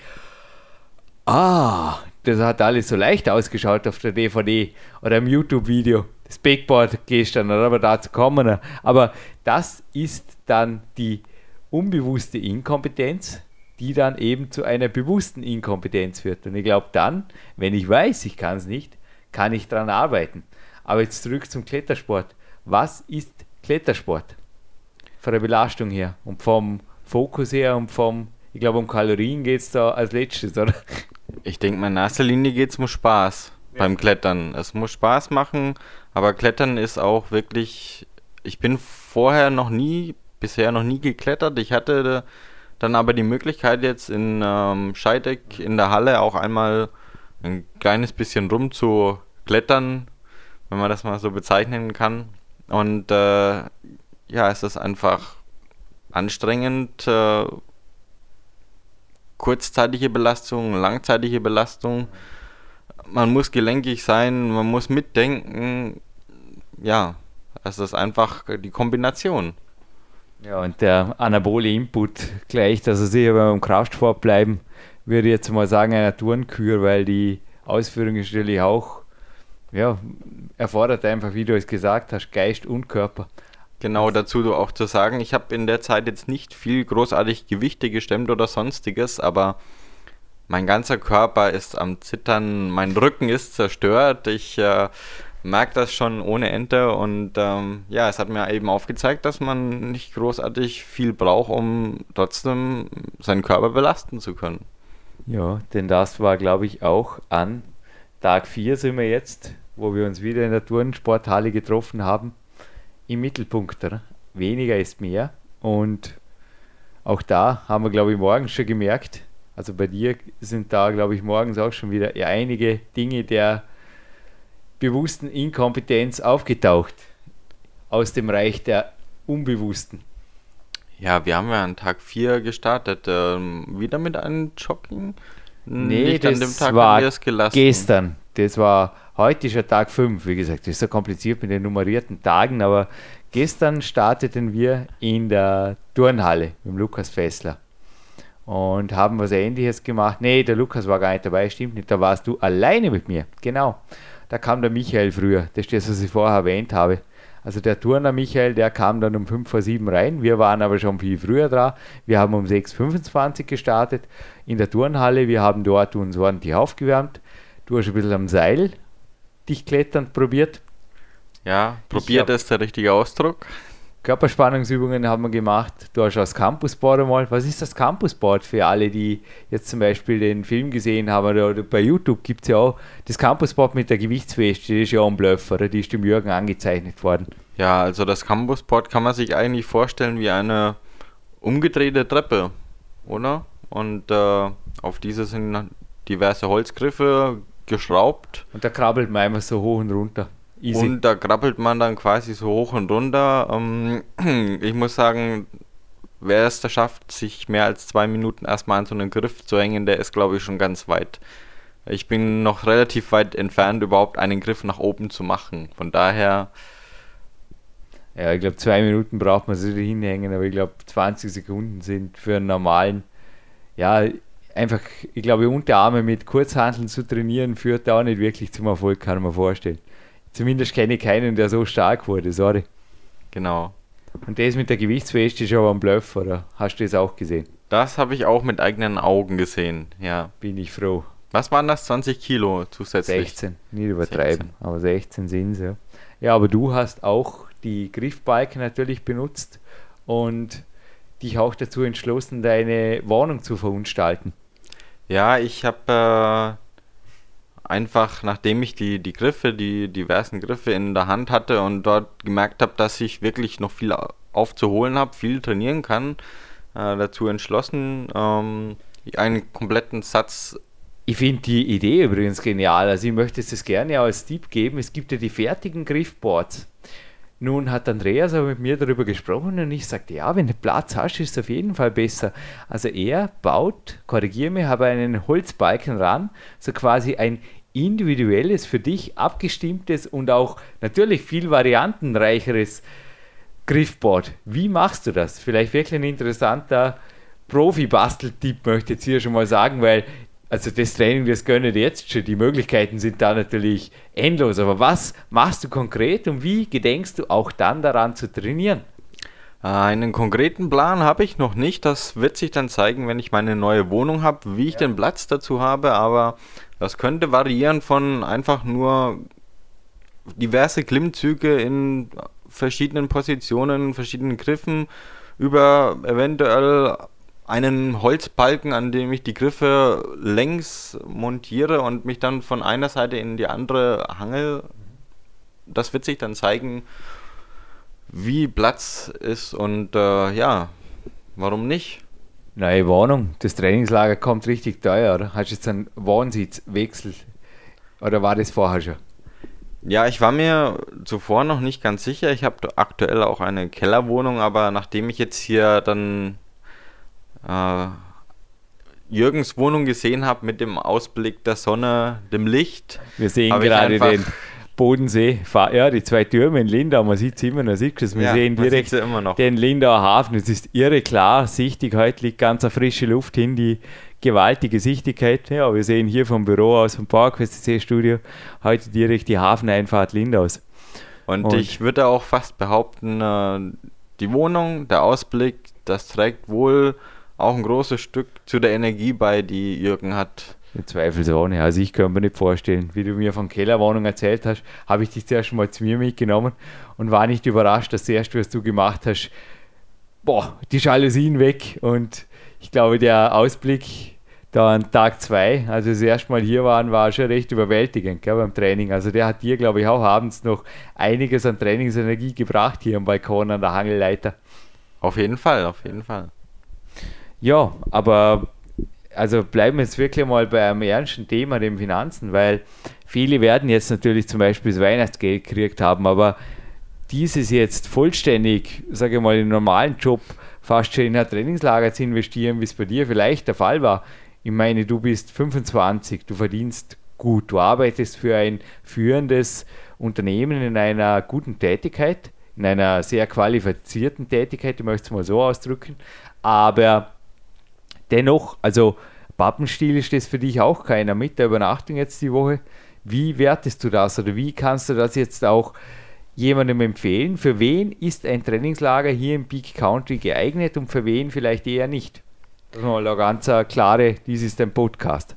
das hat alles so leicht ausgeschaut auf der DVD oder im YouTube-Video. Das Backboard gestern, oder aber dazu kommen wir. Aber das ist dann die unbewusste Inkompetenz, die dann eben zu einer bewussten Inkompetenz wird. Und ich glaube dann, wenn ich weiß, ich kann es nicht, kann ich daran arbeiten. Aber jetzt zurück zum Klettersport. Was ist Klettersport? Von der Belastung her und vom Fokus her und ich glaube, um Kalorien geht es da als letztes, oder? Ich denke mal, in erster Linie geht es um Spaß beim Klettern. Es muss Spaß machen, aber Klettern ist auch wirklich... Ich bin bisher noch nie geklettert. Ich hatte dann aber die Möglichkeit jetzt in Scheideck in der Halle auch einmal ein kleines bisschen rum zu klettern, wenn man das mal so bezeichnen kann. Und es ist einfach anstrengend. Kurzzeitige Belastung, langzeitige Belastung. Man muss gelenkig sein, man muss mitdenken. Ja, es ist einfach die Kombination. Ja, und der anabole Input gleich, dass sicher, wenn wir im Kraftsport bleiben, würde ich jetzt mal sagen, einer Turnkür, weil die Ausführung ist natürlich auch, erfordert einfach, wie du es gesagt hast, Geist und Körper. Genau, dazu auch zu sagen, ich habe in der Zeit jetzt nicht viel großartig Gewichte gestemmt oder sonstiges, aber mein ganzer Körper ist am Zittern, mein Rücken ist zerstört, ich merke das schon ohne Ende und es hat mir eben aufgezeigt, dass man nicht großartig viel braucht, um trotzdem seinen Körper belasten zu können. Ja, denn das war, glaube ich, auch an Tag 4 sind wir jetzt, wo wir uns wieder in der Turnsporthalle getroffen haben, im Mittelpunkt. Oder? Weniger ist mehr und auch da haben wir, glaube ich, morgens schon gemerkt, also bei dir sind da, glaube ich, morgens auch schon wieder einige Dinge der bewussten Inkompetenz aufgetaucht aus dem Reich der Unbewussten. Ja, wir haben ja an Tag 4 gestartet, wieder mit einem Jogging? Nee, nicht das an dem Tag war haben wir es gelassen. Gestern. Heute ist ja Tag 5, wie gesagt, das ist so kompliziert mit den nummerierten Tagen, aber gestern starteten wir in der Turnhalle mit dem Lukas Fessler und haben was Ähnliches gemacht. Nee, der Lukas war gar nicht dabei, stimmt nicht, da warst du alleine mit mir, genau. Da kam der Michael früher, das ist das, was ich vorher erwähnt habe. Also der Turner Michael, der kam dann um 5:07 rein, wir waren aber schon viel früher dran. Wir haben um 6:25 gestartet in der Turnhalle, wir haben dort uns ordentlich aufgewärmt. Du hast ein bisschen am Seil dich kletternd probiert. Ja, probiert ist der richtige Ausdruck. Körperspannungsübungen haben wir gemacht. Du hast das Campusboard einmal. Was ist das Campusboard für alle, die jetzt zum Beispiel den Film gesehen haben? Oder bei YouTube gibt es ja auch das Campusboard mit der Gewichtsweste. Das ist ja auch ein Bluff, oder? Die ist dem Jürgen angezeichnet worden. Ja, also das Campusboard kann man sich eigentlich vorstellen wie eine umgedrehte Treppe, oder? Und auf diese sind diverse Holzgriffe geschraubt. Und da krabbelt man einfach so hoch und runter. Easy. Und da krabbelt man dann quasi so hoch und runter. Ich muss sagen, wer es da schafft, sich mehr als 2 Minuten erstmal an so einen Griff zu hängen, der ist, glaube ich, schon ganz weit. Ich bin noch relativ weit entfernt, überhaupt einen Griff nach oben zu machen. Von daher... Ja, ich glaube, 2 Minuten braucht man sich hinhängen, aber ich glaube, 20 Sekunden sind für einen normalen... Ja, einfach, ich glaube, Unterarme mit Kurzhanteln zu trainieren, führt auch nicht wirklich zum Erfolg, kann man vorstellen. Zumindest kenne ich keinen, der so stark wurde, sorry. Genau. Und das mit der Gewichtsweste ist aber ein Bluff, oder? Hast du das auch gesehen? Das habe ich auch mit eigenen Augen gesehen, ja. Bin ich froh. Was waren das? 20 Kilo zusätzlich? 16, nicht übertreiben, 16. Aber 16 sind es, ja. Ja, aber du hast auch die Griffbalken natürlich benutzt und dich auch dazu entschlossen, deine Wohnung zu verunstalten. Ja, ich habe einfach, nachdem ich die Griffe, die diversen Griffe in der Hand hatte und dort gemerkt habe, dass ich wirklich noch viel aufzuholen habe, viel trainieren kann, dazu entschlossen, einen kompletten Satz. Ich finde die Idee übrigens genial, also ich möchte es gerne als Tipp geben, es gibt ja die fertigen Griffboards. Nun hat Andreas aber mit mir darüber gesprochen und ich sagte, ja, wenn du Platz hast, ist es auf jeden Fall besser. Also er baut, korrigiere mich, habe einen Holzbalken ran, so quasi ein individuelles, für dich abgestimmtes und auch natürlich viel variantenreicheres Griffboard. Wie machst du das? Vielleicht wirklich ein interessanter Profi-Basteltipp, möchte ich jetzt hier schon mal sagen, weil also das Training, das gönnt jetzt schon, die Möglichkeiten sind da natürlich endlos, aber was machst du konkret und wie gedenkst du auch dann daran zu trainieren? Einen konkreten Plan habe ich noch nicht. Das wird sich dann zeigen, wenn ich meine neue Wohnung habe, wie ich den Platz dazu habe. Aber das könnte variieren von einfach nur diverse Klimmzüge in verschiedenen Positionen, verschiedenen Griffen, über eventuell einen Holzbalken, an dem ich die Griffe längs montiere und mich dann von einer Seite in die andere hangel. Das wird sich dann zeigen, wie Platz ist und warum nicht? Neue Wohnung, das Trainingslager kommt richtig teuer, oder? Hast du jetzt einen Wohnsitzwechsel oder war das vorher schon? Ja, ich war mir zuvor noch nicht ganz sicher. Ich habe aktuell auch eine Kellerwohnung, aber nachdem ich jetzt hier dann Jürgens Wohnung gesehen habe mit dem Ausblick der Sonne, dem Licht. Wir sehen gerade den Bodensee, ja, die 2 Türme in Lindau, man sieht es immer noch, wir sehen direkt den Lindauer Hafen, es ist irre klar, sichtig, heute liegt ganz eine frische Luft hin, die gewaltige Sichtigkeit, ja, wir sehen hier vom Büro aus, vom PowerQuest-Studio, heute direkt die Hafeneinfahrt Lindaus. Und ich würde auch fast behaupten, die Wohnung, der Ausblick, das trägt wohl auch ein großes Stück zu der Energie bei, die Jürgen hat. Zweifelsohne. Also ich kann mir nicht vorstellen, wie du mir von Kellerwohnung erzählt hast, habe ich dich zuerst mal zu mir mitgenommen und war nicht überrascht, dass das erste, was du gemacht hast, die Jalousien weg und ich glaube, der Ausblick da an Tag 2, also das erste Mal hier waren, war schon recht überwältigend, gell, beim Training. Also der hat dir, glaube ich, auch abends noch einiges an Trainingsenergie gebracht hier am Balkon an der Hangelleiter. Auf jeden Fall, auf jeden Fall. Ja, aber also bleiben wir jetzt wirklich mal bei einem ernsten Thema, dem Finanzen, weil viele werden jetzt natürlich zum Beispiel das Weihnachtsgeld gekriegt haben, aber dieses jetzt vollständig, sage ich mal, in einen normalen Job fast schon in ein Trainingslager zu investieren, wie es bei dir vielleicht der Fall war. Ich meine, du bist 25, du verdienst gut, du arbeitest für ein führendes Unternehmen in einer guten Tätigkeit, in einer sehr qualifizierten Tätigkeit, ich möchte es mal so ausdrücken, aber dennoch, also Pappenstiel ist das für dich auch keiner mit der Übernachtung jetzt die Woche. Wie wertest du das oder wie kannst du das jetzt auch jemandem empfehlen? Für wen ist ein Trainingslager hier im Peak Country geeignet und für wen vielleicht eher nicht? Das ist mal eine ganz klare, dies ist ein Podcast.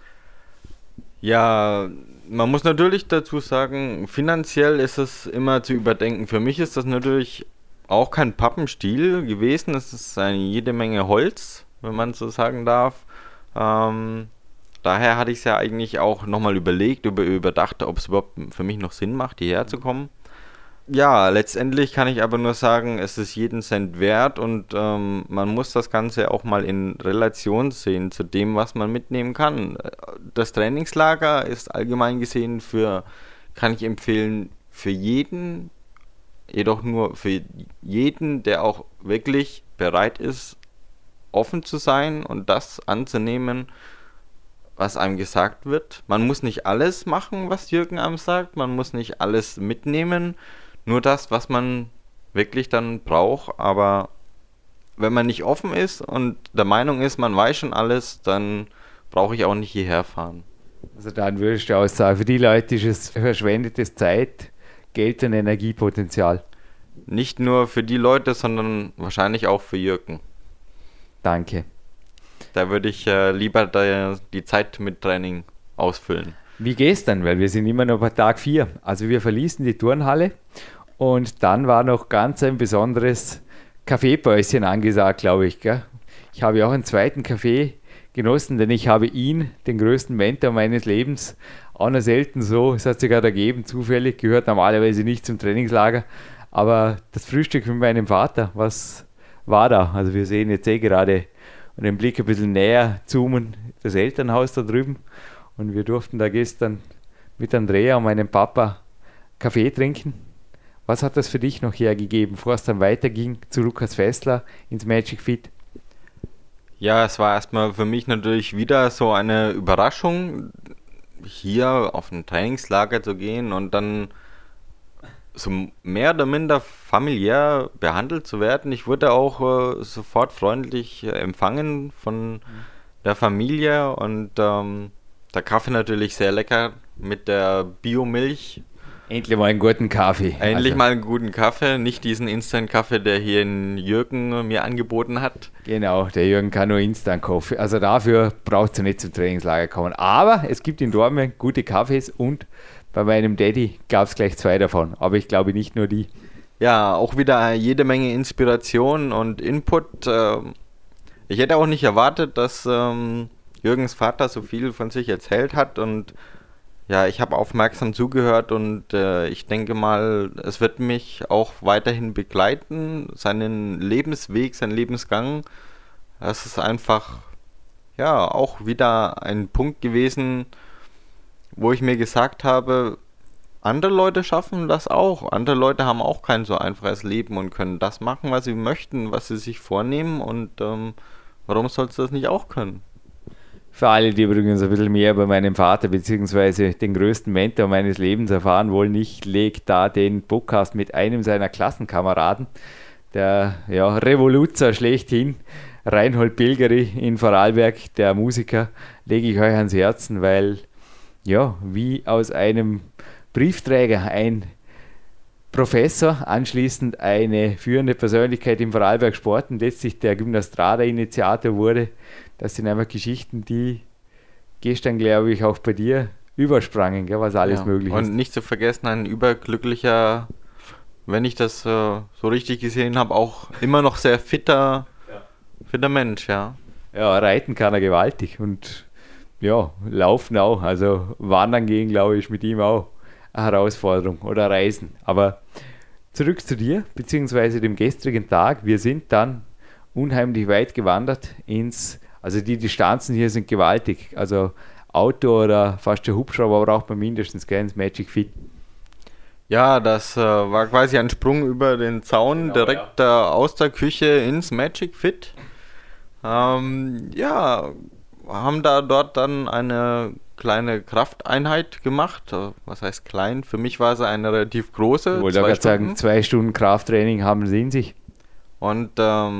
Ja, man muss natürlich dazu sagen, finanziell ist es immer zu überdenken. Für mich ist das natürlich auch kein Pappenstiel gewesen, es ist eine jede Menge Holz, wenn man so sagen darf. Daher hatte ich es ja eigentlich auch nochmal überdacht, ob es überhaupt für mich noch Sinn macht, hierher zu kommen. Ja, letztendlich kann ich aber nur sagen, es ist jeden Cent wert und man muss das Ganze auch mal in Relation sehen zu dem, was man mitnehmen kann. Das Trainingslager ist allgemein gesehen kann ich empfehlen, für jeden, jedoch nur für jeden, der auch wirklich bereit ist, offen zu sein und das anzunehmen, was einem gesagt wird. Man muss nicht alles machen, was Jürgen einem sagt, man muss nicht alles mitnehmen, nur das, was man wirklich dann braucht, aber wenn man nicht offen ist und der Meinung ist, man weiß schon alles, dann brauche ich auch nicht hierher fahren. Also dann würdest du auch sagen, für die Leute ist es verschwendetes Zeit, Geld und Energiepotenzial. Nicht nur für die Leute, sondern wahrscheinlich auch für Jürgen. Danke. Da würde ich lieber die Zeit mit Training ausfüllen. Wie gestern, weil wir sind immer noch bei Tag 4. Also wir verließen die Turnhalle und dann war noch ganz ein besonderes Kaffeepäuschen angesagt, glaube ich. Gell? Ich habe auch einen zweiten Kaffee genossen, denn ich habe ihn, den größten Mentor meines Lebens, auch noch selten so, es hat sich gerade ergeben, zufällig, gehört normalerweise nicht zum Trainingslager, aber das Frühstück mit meinem Vater, was war da? Also wir sehen jetzt gerade und den Blick ein bisschen näher zoomen, das Elternhaus da drüben und wir durften da gestern mit Andrea und meinem Papa Kaffee trinken. Was hat das für dich noch hergegeben, bevor es dann weiterging zu Lukas Fessler ins Magic Fit? Ja, es war erstmal für mich natürlich wieder so eine Überraschung, hier auf ein Trainingslager zu gehen und dann so mehr oder minder familiär behandelt zu werden. Ich wurde auch sofort freundlich empfangen von der Familie und der Kaffee natürlich sehr lecker mit der Biomilch Endlich mal einen guten Kaffee. Endlich mal einen guten Kaffee, nicht diesen Instant-Kaffee, der hier in Jürgen mir angeboten hat. Genau, der Jürgen kann nur Instant-Kaffee. Also dafür braucht es nicht zum Trainingslager kommen. Aber es gibt in Dortmund gute Kaffees und bei meinem Daddy gab es gleich 2 davon. Aber ich glaube nicht nur die. Ja, auch wieder jede Menge Inspiration und Input. Ich hätte auch nicht erwartet, dass Jürgens Vater so viel von sich erzählt hat und ja, ich habe aufmerksam zugehört und ich denke mal, es wird mich auch weiterhin begleiten, seinen Lebensweg, seinen Lebensgang. Das ist einfach, ja, auch wieder ein Punkt gewesen, wo ich mir gesagt habe, andere Leute schaffen das auch. Andere Leute haben auch kein so einfaches Leben und können das machen, was sie möchten, was sie sich vornehmen und warum sollst du das nicht auch können? Für alle, die übrigens ein bisschen mehr über meinen Vater bzw. den größten Mentor meines Lebens erfahren wollen, ich lege da den Podcast mit einem seiner Klassenkameraden, der Revoluzer schlechthin, Reinhold Pilgeri in Vorarlberg, der Musiker, lege ich euch ans Herzen, weil ja, wie aus einem Briefträger ein Professor, anschließend eine führende Persönlichkeit im Vorarlberg Sport und letztlich der Gymnastrada-Initiator wurde. Das sind einfach Geschichten, die gestern, glaube ich, auch bei dir übersprangen, gell, was alles möglich ist. Und nicht zu vergessen, ein überglücklicher, wenn ich das so richtig gesehen habe, auch immer noch sehr fitter Mensch, ja. Ja, reiten kann er gewaltig und ja, laufen auch. Also wandern gehen, glaube ich, mit ihm auch eine Herausforderung oder Reisen. Aber zurück zu dir, beziehungsweise dem gestrigen Tag. Wir sind dann unheimlich weit gewandert also die Distanzen hier sind gewaltig. Also Auto oder fast der Hubschrauber braucht man mindestens ins Magic Fit. Ja, das war quasi ein Sprung über den Zaun, genau, direkt aus der Küche ins Magic Fit. Haben dort dann eine kleine Krafteinheit gemacht. Was heißt klein? Für mich war sie eine relativ große. Ich wollte gerade sagen, 2 Stunden Krafttraining haben sie in sich. Und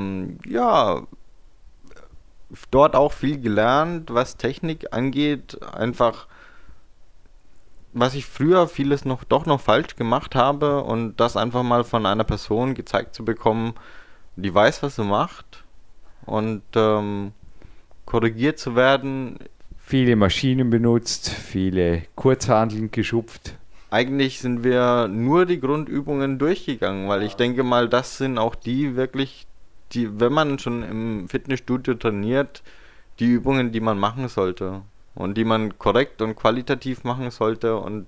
dort auch viel gelernt, was Technik angeht. Einfach, was ich früher vieles noch falsch gemacht habe und das einfach mal von einer Person gezeigt zu bekommen, die weiß, was sie macht und korrigiert zu werden. Viele Maschinen benutzt, viele Kurzhanteln geschupft. Eigentlich sind wir nur die Grundübungen durchgegangen, weil ich denke mal, das sind auch die wirklich, wenn man schon im Fitnessstudio trainiert, die Übungen, die man machen sollte und die man korrekt und qualitativ machen sollte und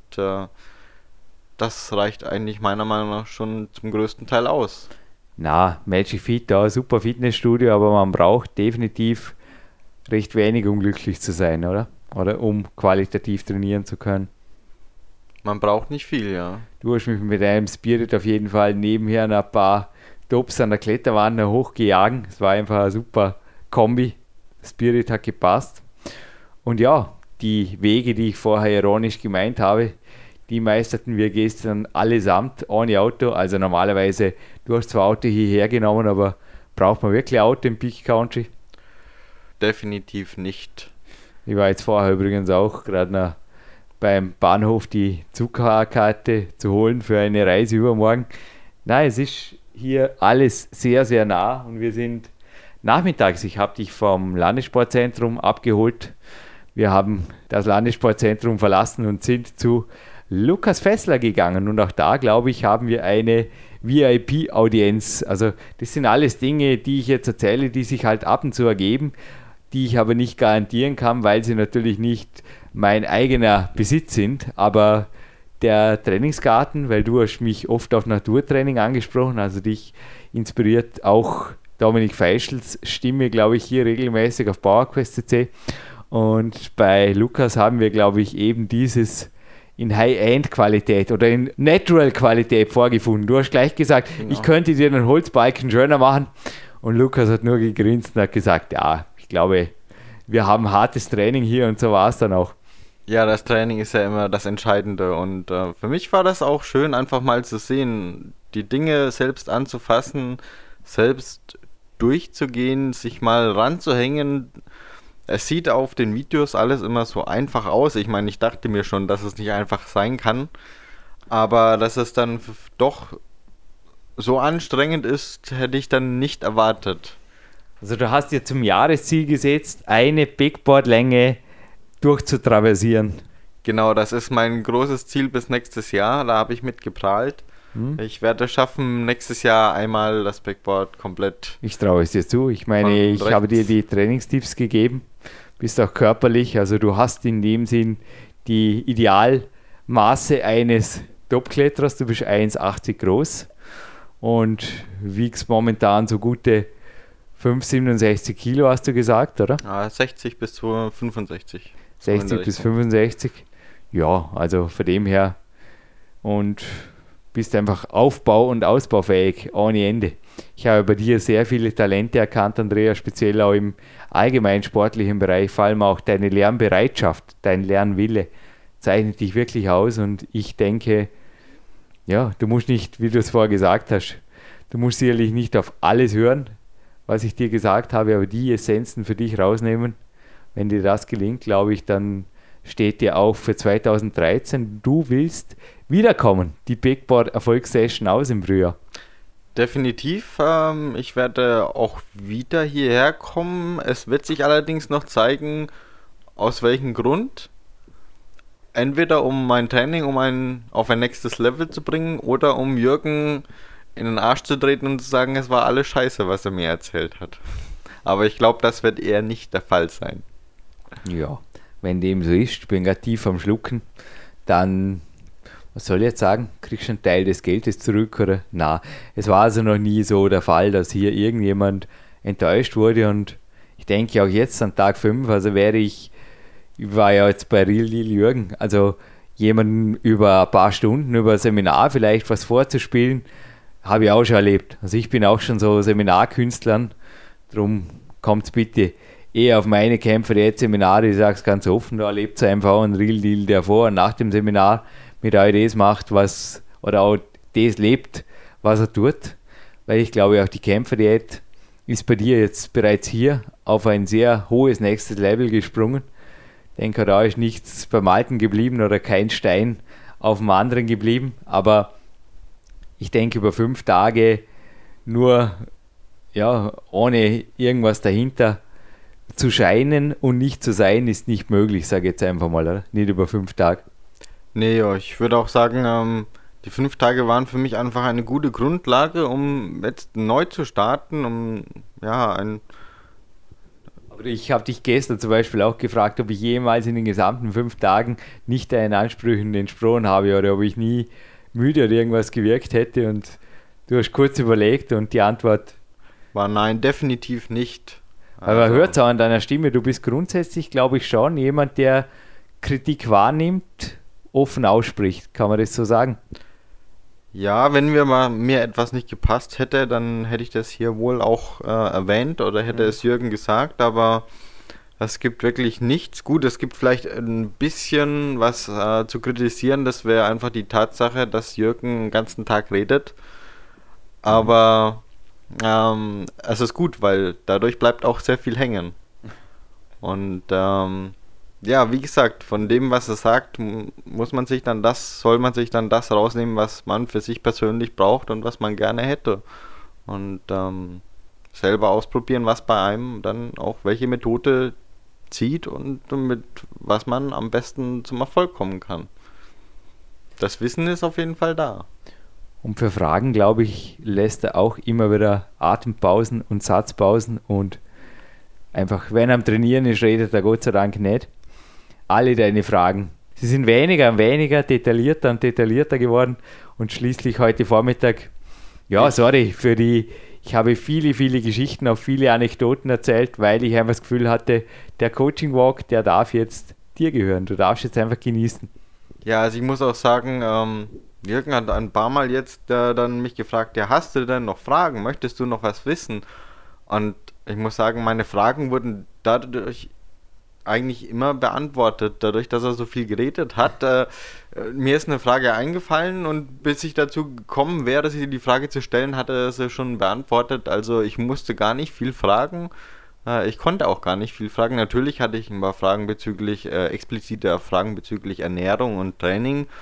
das reicht eigentlich meiner Meinung nach schon zum größten Teil aus. Magic Fit, super Fitnessstudio, aber man braucht definitiv recht wenig, um glücklich zu sein, oder? Oder um qualitativ trainieren zu können. Man braucht nicht viel, ja. Du hast mich mit deinem Spirit auf jeden Fall nebenher ein paar Tops an der Kletterwand hochgejagen. Es war einfach eine super Kombi. Spirit hat gepasst. Und ja, die Wege, die ich vorher ironisch gemeint habe, die meisterten wir gestern allesamt ohne Auto. Also normalerweise, du hast zwar Auto hierher genommen, aber braucht man wirklich Auto im Peak Country? Definitiv nicht. Ich war jetzt vorher übrigens auch gerade noch beim Bahnhof die Zugkarte zu holen für eine Reise übermorgen. Nein, es ist hier alles sehr, sehr nah und wir sind nachmittags. Ich habe dich vom Landessportzentrum abgeholt. Wir haben das Landessportzentrum verlassen und sind zu Lukas Fessler gegangen und auch da, glaube ich, haben wir eine VIP-Audienz. Also das sind alles Dinge, die ich jetzt erzähle, die sich halt ab und zu ergeben, die ich aber nicht garantieren kann, weil sie natürlich nicht mein eigener Besitz sind, aber der Trainingsgarten, weil du hast mich oft auf Naturtraining angesprochen, also dich inspiriert auch Dominik Feischls Stimme, glaube ich, hier regelmäßig auf PowerQuest.cc und bei Lukas haben wir, glaube ich, eben dieses in High-End-Qualität oder in Natural-Qualität vorgefunden. Du hast gleich gesagt, genau, ich könnte dir einen Holzbalken schöner machen und Lukas hat nur gegrinst und hat gesagt, ja, ich glaube, wir haben hartes Training hier und so war es dann auch. Ja, das Training ist ja immer das Entscheidende und für mich war das auch schön, einfach mal zu sehen, die Dinge selbst anzufassen, selbst durchzugehen, sich mal ranzuhängen. Es sieht auf den Videos alles immer so einfach aus. Ich meine, ich dachte mir schon, dass es nicht einfach sein kann, Aber dass es dann doch so anstrengend ist, hätte ich dann nicht erwartet. Also du hast dir zum Jahresziel gesetzt, eine Bigboard-Länge durchzutraversieren. Genau, das ist mein großes Ziel bis nächstes Jahr. Da habe ich mit geprahlt. Ich werde es schaffen, nächstes Jahr einmal das Bigboard komplett. Ich traue es dir zu. Ich meine, ich habe dir die Trainingstipps gegeben. Bist auch körperlich. Also du hast in dem Sinn die Idealmaße eines Topkletterers. Du bist 1,80 groß und wiegst momentan so gute 67 Kilo, hast du gesagt, oder? 60 bis 65. 60 bis 65. Ja, also von dem her. Und bist einfach aufbau- und ausbaufähig, ohne Ende. Ich habe bei dir sehr viele Talente erkannt, Andrea, speziell auch im allgemeinen sportlichen Bereich, vor allem auch deine Lernbereitschaft, dein Lernwille zeichnet dich wirklich aus und ich denke, ja, du musst nicht, wie du es vorher gesagt hast, du musst sicherlich nicht auf alles hören, was ich dir gesagt habe, aber die Essenzen für dich rausnehmen. Wenn dir das gelingt, glaube ich, dann steht dir auch für 2013, du willst wiederkommen, die Bigboard-Erfolgssession aus im Frühjahr. Definitiv, ich werde auch wieder hierher kommen. Es wird sich allerdings noch zeigen, aus welchem Grund. Entweder um mein Training auf ein nächstes Level zu bringen oder um Jürgen in den Arsch zu treten und zu sagen, es war alles scheiße, was er mir erzählt hat. Aber ich glaube, das wird eher nicht der Fall sein. Ja, wenn dem so ist, ich bin gerade tief am Schlucken, dann, was soll ich jetzt sagen, kriegst du einen Teil des Geldes zurück oder? Na, es war also noch nie so der Fall, dass hier irgendjemand enttäuscht wurde und ich denke auch jetzt an Tag 5, also ich war ja jetzt bei Real Deal Jürgen, also jemanden über ein paar Stunden, über ein Seminar vielleicht was vorzuspielen, habe ich auch schon erlebt. Also ich bin auch schon so Seminarkünstlern, darum kommt es bitte eher auf meine Kämpfer, jetzt Seminare, ich sage es ganz offen, da erlebt es einfach auch ein Real Deal, der vor und nach dem Seminar mit euch das macht, oder auch das lebt, was er tut. Weil ich glaube auch die Kämpferdiät ist bei dir jetzt bereits hier auf ein sehr hohes nächstes Level gesprungen. Ich denke, da ist nichts beim Alten geblieben oder kein Stein auf dem anderen geblieben. Aber ich denke, über 5 Tage nur ohne irgendwas dahinter zu scheinen und nicht zu sein, ist nicht möglich, sage ich jetzt einfach mal, oder? Nicht über 5 Tage. Nee, ja, ich würde auch sagen, die 5 Tage waren für mich einfach eine gute Grundlage, um jetzt neu zu starten, Aber ich habe dich gestern zum Beispiel auch gefragt, ob ich jemals in den gesamten 5 Tagen nicht deinen Ansprüchen entsprochen habe oder ob ich nie müde oder irgendwas gewirkt hätte und du hast kurz überlegt und die Antwort war nein, definitiv nicht. Aber hört es auch an deiner Stimme, du bist grundsätzlich, glaube ich, schon jemand, der Kritik wahrnimmt, offen ausspricht, kann man das so sagen? Ja, wenn mir etwas nicht gepasst hätte, dann hätte ich das hier wohl auch erwähnt oder hätte es Jürgen gesagt, aber es gibt wirklich nichts. Gut, es gibt vielleicht ein bisschen was zu kritisieren, das wäre einfach die Tatsache, dass Jürgen den ganzen Tag redet, aber es ist gut, weil dadurch bleibt auch sehr viel hängen. Und wie gesagt, von dem, was er sagt, soll man sich dann das rausnehmen, was man für sich persönlich braucht und was man gerne hätte. Und selber ausprobieren, was bei einem dann auch welche Methode zieht und mit was man am besten zum Erfolg kommen kann. Das Wissen ist auf jeden Fall da. Und für Fragen, glaube ich, lässt er auch immer wieder Atempausen und Satzpausen und einfach, wenn er am Trainieren ist, redet er Gott sei Dank nicht. Alle deine Fragen. Sie sind weniger und weniger, detaillierter und detaillierter geworden und schließlich heute Vormittag, ich habe viele, viele Geschichten, auch viele Anekdoten erzählt, weil ich einfach das Gefühl hatte, der Coaching Walk, der darf jetzt dir gehören. Du darfst jetzt einfach genießen. Ja, also ich muss auch sagen, Jürgen hat ein paar Mal jetzt dann mich gefragt, ja, hast du denn noch Fragen? Möchtest du noch was wissen? Und ich muss sagen, meine Fragen wurden dadurch eigentlich immer beantwortet, dadurch, dass er so viel geredet hat. Mir ist eine Frage eingefallen und bis ich dazu gekommen wäre, sie die Frage zu stellen, hatte er sie schon beantwortet. Also ich musste gar nicht viel fragen. Ich konnte auch gar nicht viel fragen. Natürlich hatte ich ein paar Fragen explizite Fragen bezüglich Ernährung und Training.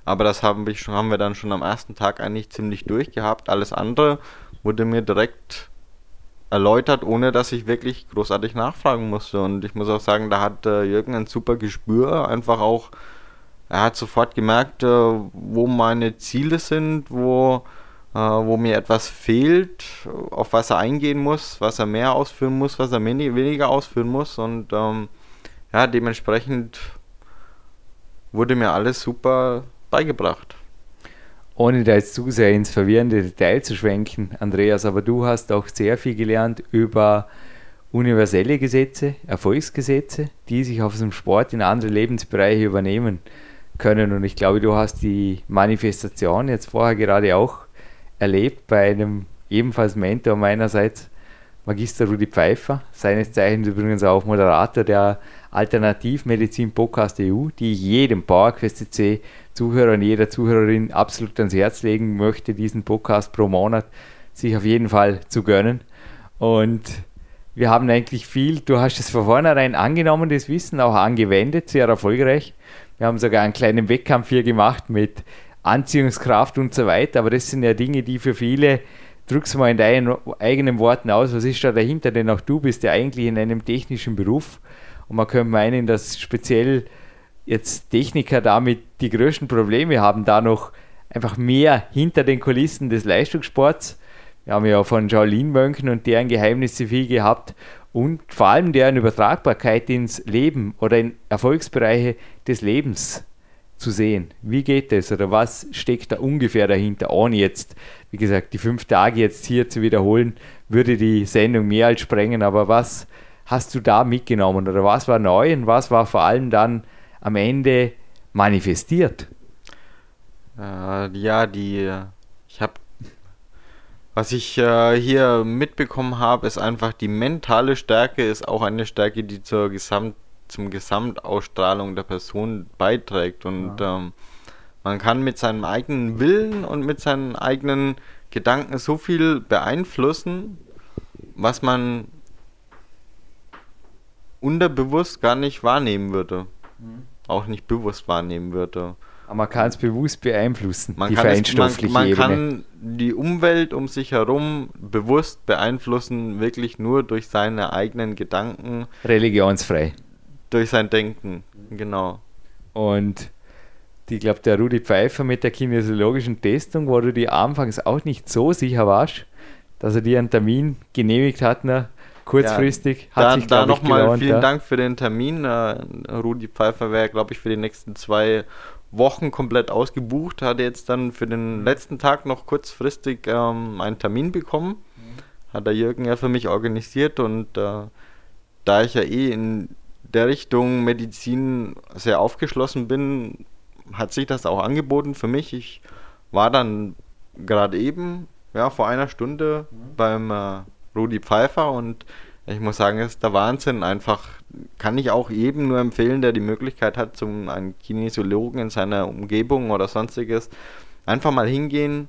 Aber das haben wir dann schon am ersten Tag eigentlich ziemlich durchgehabt. Alles andere wurde mir direkt erläutert, ohne dass ich wirklich großartig nachfragen musste. Und ich muss auch sagen, da hat Jürgen ein super Gespür. Einfach auch, er hat sofort gemerkt, wo meine Ziele sind, wo mir etwas fehlt, auf was er eingehen muss, was er mehr ausführen muss, was er weniger ausführen muss. Und ja, dementsprechend wurde mir alles super beigebracht. Ohne da jetzt zu sehr ins verwirrende Detail zu schwenken, Andreas, aber du hast auch sehr viel gelernt über universelle Gesetze, Erfolgsgesetze, die sich auf so einem Sport in andere Lebensbereiche übernehmen können. Und ich glaube, du hast die Manifestation jetzt vorher gerade auch erlebt bei einem ebenfalls Mentor meinerseits, Magister Rudi Pfeiffer, seines Zeichens übrigens auch Moderator der Alternativmedizin Podcast EU, die ich jedem PowerQuest CC Zuhörer und jeder Zuhörerin absolut ans Herz legen möchte, diesen Podcast pro Monat sich auf jeden Fall zu gönnen. Und wir haben eigentlich viel, du hast es von vornherein angenommen, das Wissen auch angewendet, sehr erfolgreich. Wir haben sogar einen kleinen Wettkampf hier gemacht mit Anziehungskraft und so weiter, aber das sind ja Dinge, die für viele, drück's mal in deinen eigenen Worten aus, was ist da dahinter, denn auch du bist ja eigentlich in einem technischen Beruf und man könnte meinen, dass speziell jetzt Techniker damit die größten Probleme haben, da noch einfach mehr hinter den Kulissen des Leistungssports. Wir haben ja von Shaolin Mönchen und deren Geheimnisse viel gehabt und vor allem deren Übertragbarkeit ins Leben oder in Erfolgsbereiche des Lebens zu sehen. Wie geht das oder was steckt da ungefähr dahinter, ohne jetzt, wie gesagt, die 5 Tage jetzt hier zu wiederholen, würde die Sendung mehr als sprengen, aber was hast du da mitgenommen oder was war neu und was war vor allem dann am Ende manifestiert? Was ich hier mitbekommen habe, ist einfach die mentale Stärke, ist auch eine Stärke, die zum Gesamtausstrahlung der Person beiträgt. Und man kann mit seinem eigenen Willen und mit seinen eigenen Gedanken so viel beeinflussen, was man unterbewusst gar nicht wahrnehmen würde. Auch nicht bewusst wahrnehmen würde. Aber man kann es bewusst beeinflussen, man kann die Umwelt um sich herum bewusst beeinflussen, wirklich nur durch seine eigenen Gedanken. Religionsfrei. Durch sein Denken, genau. Und ich glaube, der Rudi Pfeiffer mit der kinesiologischen Testung, wo du dir anfangs auch nicht so sicher warst, dass er dir einen Termin genehmigt hat, kurzfristig. Ja, hat sich, da nochmal vielen Dank für den Termin. Rudi Pfeiffer wäre, glaube ich, für die nächsten 2 Wochen komplett ausgebucht, hatte jetzt dann für den letzten Tag noch kurzfristig einen Termin bekommen. Hat der Jürgen ja für mich organisiert und da ich ja in der Richtung Medizin sehr aufgeschlossen bin, hat sich das auch angeboten für mich. Ich war dann gerade eben, vor einer Stunde beim Rudi Pfeiffer und ich muss sagen, es ist der Wahnsinn. Einfach kann ich auch jedem nur empfehlen, der die Möglichkeit hat, zum einen Kinesiologen in seiner Umgebung oder sonstiges, einfach mal hingehen.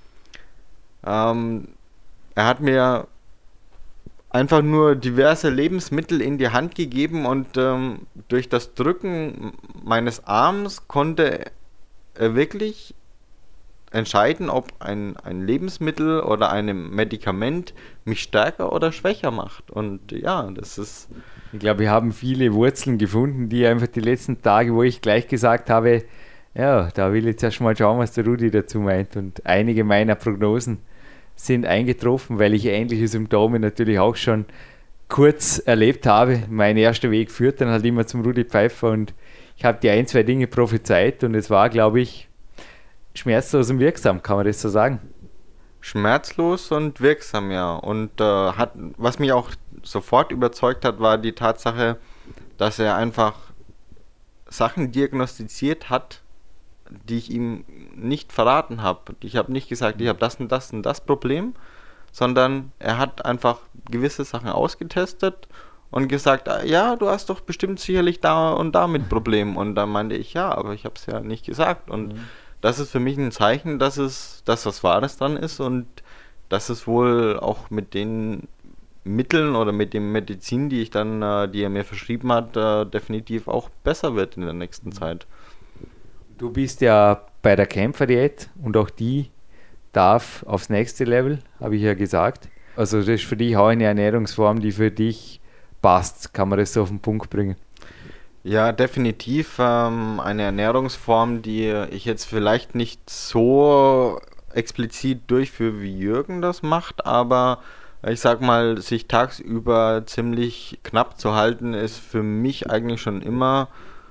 Er hat mir einfach nur diverse Lebensmittel in die Hand gegeben und durch das Drücken meines Arms konnte er wirklich entscheiden, ob ein Lebensmittel oder ein Medikament mich stärker oder schwächer macht. Und ja, das ist... Ich glaube, wir haben viele Wurzeln gefunden, die einfach die letzten Tage, wo ich gleich gesagt habe, ja, da will ich jetzt erst mal schauen, was der Rudi dazu meint. Und einige meiner Prognosen sind eingetroffen, weil ich ähnliche Symptome natürlich auch schon kurz erlebt habe. Mein erster Weg führt dann halt immer zum Rudi Pfeiffer und ich habe die 1, 2 Dinge prophezeit und es war, glaube ich, schmerzlos und wirksam, kann man das so sagen? Schmerzlos und wirksam, ja. Und was mich auch sofort überzeugt hat, war die Tatsache, dass er einfach Sachen diagnostiziert hat, die ich ihm nicht verraten habe. Ich habe nicht gesagt, ich habe das und das und das Problem, sondern er hat einfach gewisse Sachen ausgetestet und gesagt, ja, du hast doch bestimmt sicherlich da und da mit Problemen. Und dann meinte ich, ja, aber ich habe es ja nicht gesagt. Und das ist für mich ein Zeichen, dass es was Wahres dran ist und dass es wohl auch mit den Mitteln oder mit dem Medizin, die er mir verschrieben hat, definitiv auch besser wird in der nächsten Zeit. Du bist ja bei der Kämpferdiät und auch die darf aufs nächste Level, habe ich ja gesagt. Also das ist für dich auch eine Ernährungsform, die für dich passt. Kann man das so auf den Punkt bringen? Ja, definitiv eine Ernährungsform, die ich jetzt vielleicht nicht so explizit durchführe, wie Jürgen das macht, aber ich sag mal, sich tagsüber ziemlich knapp zu halten, ist für mich eigentlich schon immer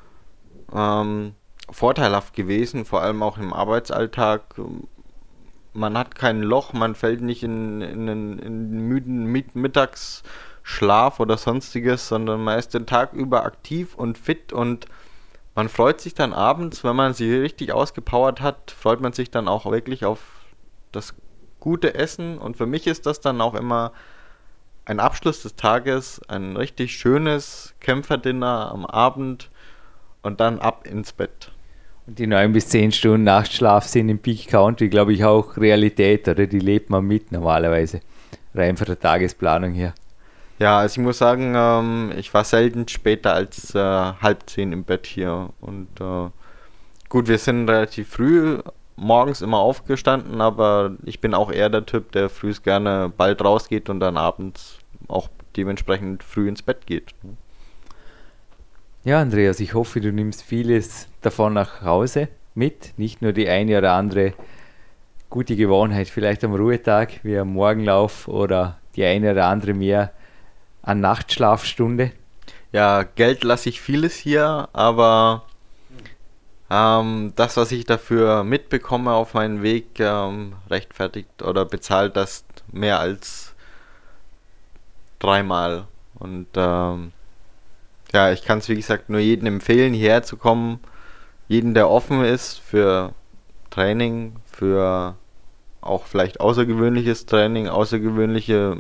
vorteilhaft gewesen, vor allem auch im Arbeitsalltag. Man hat kein Loch, man fällt nicht in einen müden Mittagsschlaf oder sonstiges, sondern man ist den Tag über aktiv und fit und man freut sich dann abends, wenn man sich richtig ausgepowert hat, freut man sich dann auch wirklich auf das gute Essen und für mich ist das dann auch immer ein Abschluss des Tages, ein richtig schönes Kämpferdinner am Abend und dann ab ins Bett. Und die 9 bis 10 Stunden Nachtschlaf sind im Peak Country, glaube ich, auch Realität, oder? Die lebt man mit normalerweise, rein von der Tagesplanung her. Ja, also ich muss sagen, ich war selten später als 9:30 im Bett hier und gut, wir sind relativ früh morgens immer aufgestanden, aber ich bin auch eher der Typ, der früh gerne bald rausgeht und dann abends auch dementsprechend früh ins Bett geht. Ja, Andreas, ich hoffe, du nimmst vieles davon nach Hause mit, nicht nur die eine oder andere gute Gewohnheit, vielleicht am Ruhetag, wie am Morgenlauf oder die eine oder andere mehr an Nachtschlafstunde. Ja, Geld lasse ich vieles hier, aber das, was ich dafür mitbekomme auf meinem Weg, rechtfertigt oder bezahlt das mehr als 3-mal. Und ja, ich kann es wie gesagt nur jedem empfehlen, hierher zu kommen. Jeden, der offen ist für Training, für auch vielleicht außergewöhnliches Training, außergewöhnliche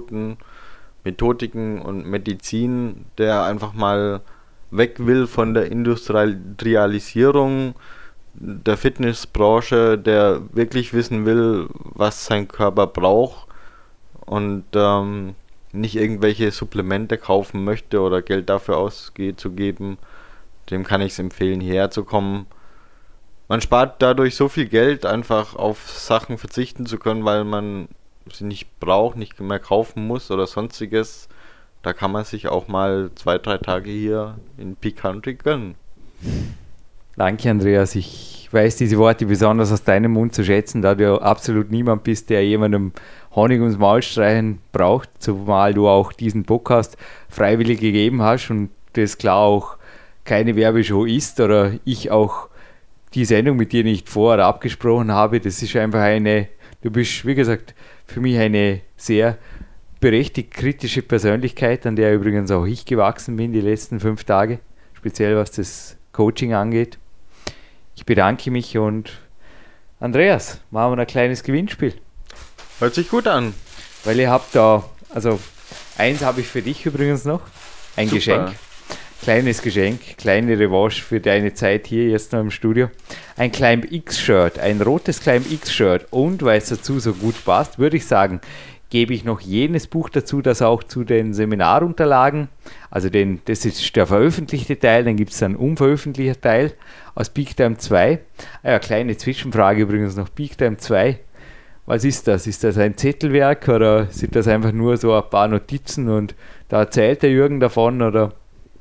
Methodiken und Medizin, der einfach mal weg will von der Industrialisierung der Fitnessbranche, der wirklich wissen will, was sein Körper braucht und nicht irgendwelche Supplemente kaufen möchte oder Geld dafür auszugeben, dem kann ich es empfehlen, hierher zu kommen. Man spart dadurch so viel Geld, einfach auf Sachen verzichten zu können, weil man sie nicht braucht, nicht mehr kaufen muss oder sonstiges. Da kann man sich auch mal 2-3 Tage hier in Peak Country gönnen. Danke, Andreas. Ich weiß diese Worte besonders aus deinem Mund zu schätzen, da du ja absolut niemand bist, der jemandem Honig ums Maul streichen braucht, zumal du auch diesen Podcast freiwillig gegeben hast und das klar auch keine Werbeshow ist oder ich auch die Sendung mit dir nicht vor- oder abgesprochen habe. Das ist einfach du bist, wie gesagt, für mich eine sehr berechtigt kritische Persönlichkeit, an der übrigens auch ich gewachsen bin die letzten 5 Tage, speziell was das Coaching angeht. Ich bedanke mich und Andreas, machen wir ein kleines Gewinnspiel. Hört sich gut an. Weil ihr habt da, also eins habe ich für dich übrigens noch, ein Super. Geschenk, kleines Geschenk, kleine Revanche für deine Zeit hier jetzt noch im Studio. Ein Climb X-Shirt, ein rotes Climb X-Shirt und weil es dazu so gut passt, würde ich sagen, gebe ich noch jenes Buch dazu, das auch zu den Seminarunterlagen, also das ist der veröffentlichte Teil, dann gibt es einen unveröffentlichten Teil aus Peak Time 2. Ja, kleine Zwischenfrage übrigens noch, Peak Time 2. Was ist das? Ist das ein Zettelwerk oder sind das einfach nur so ein paar Notizen und da erzählt der Jürgen davon oder?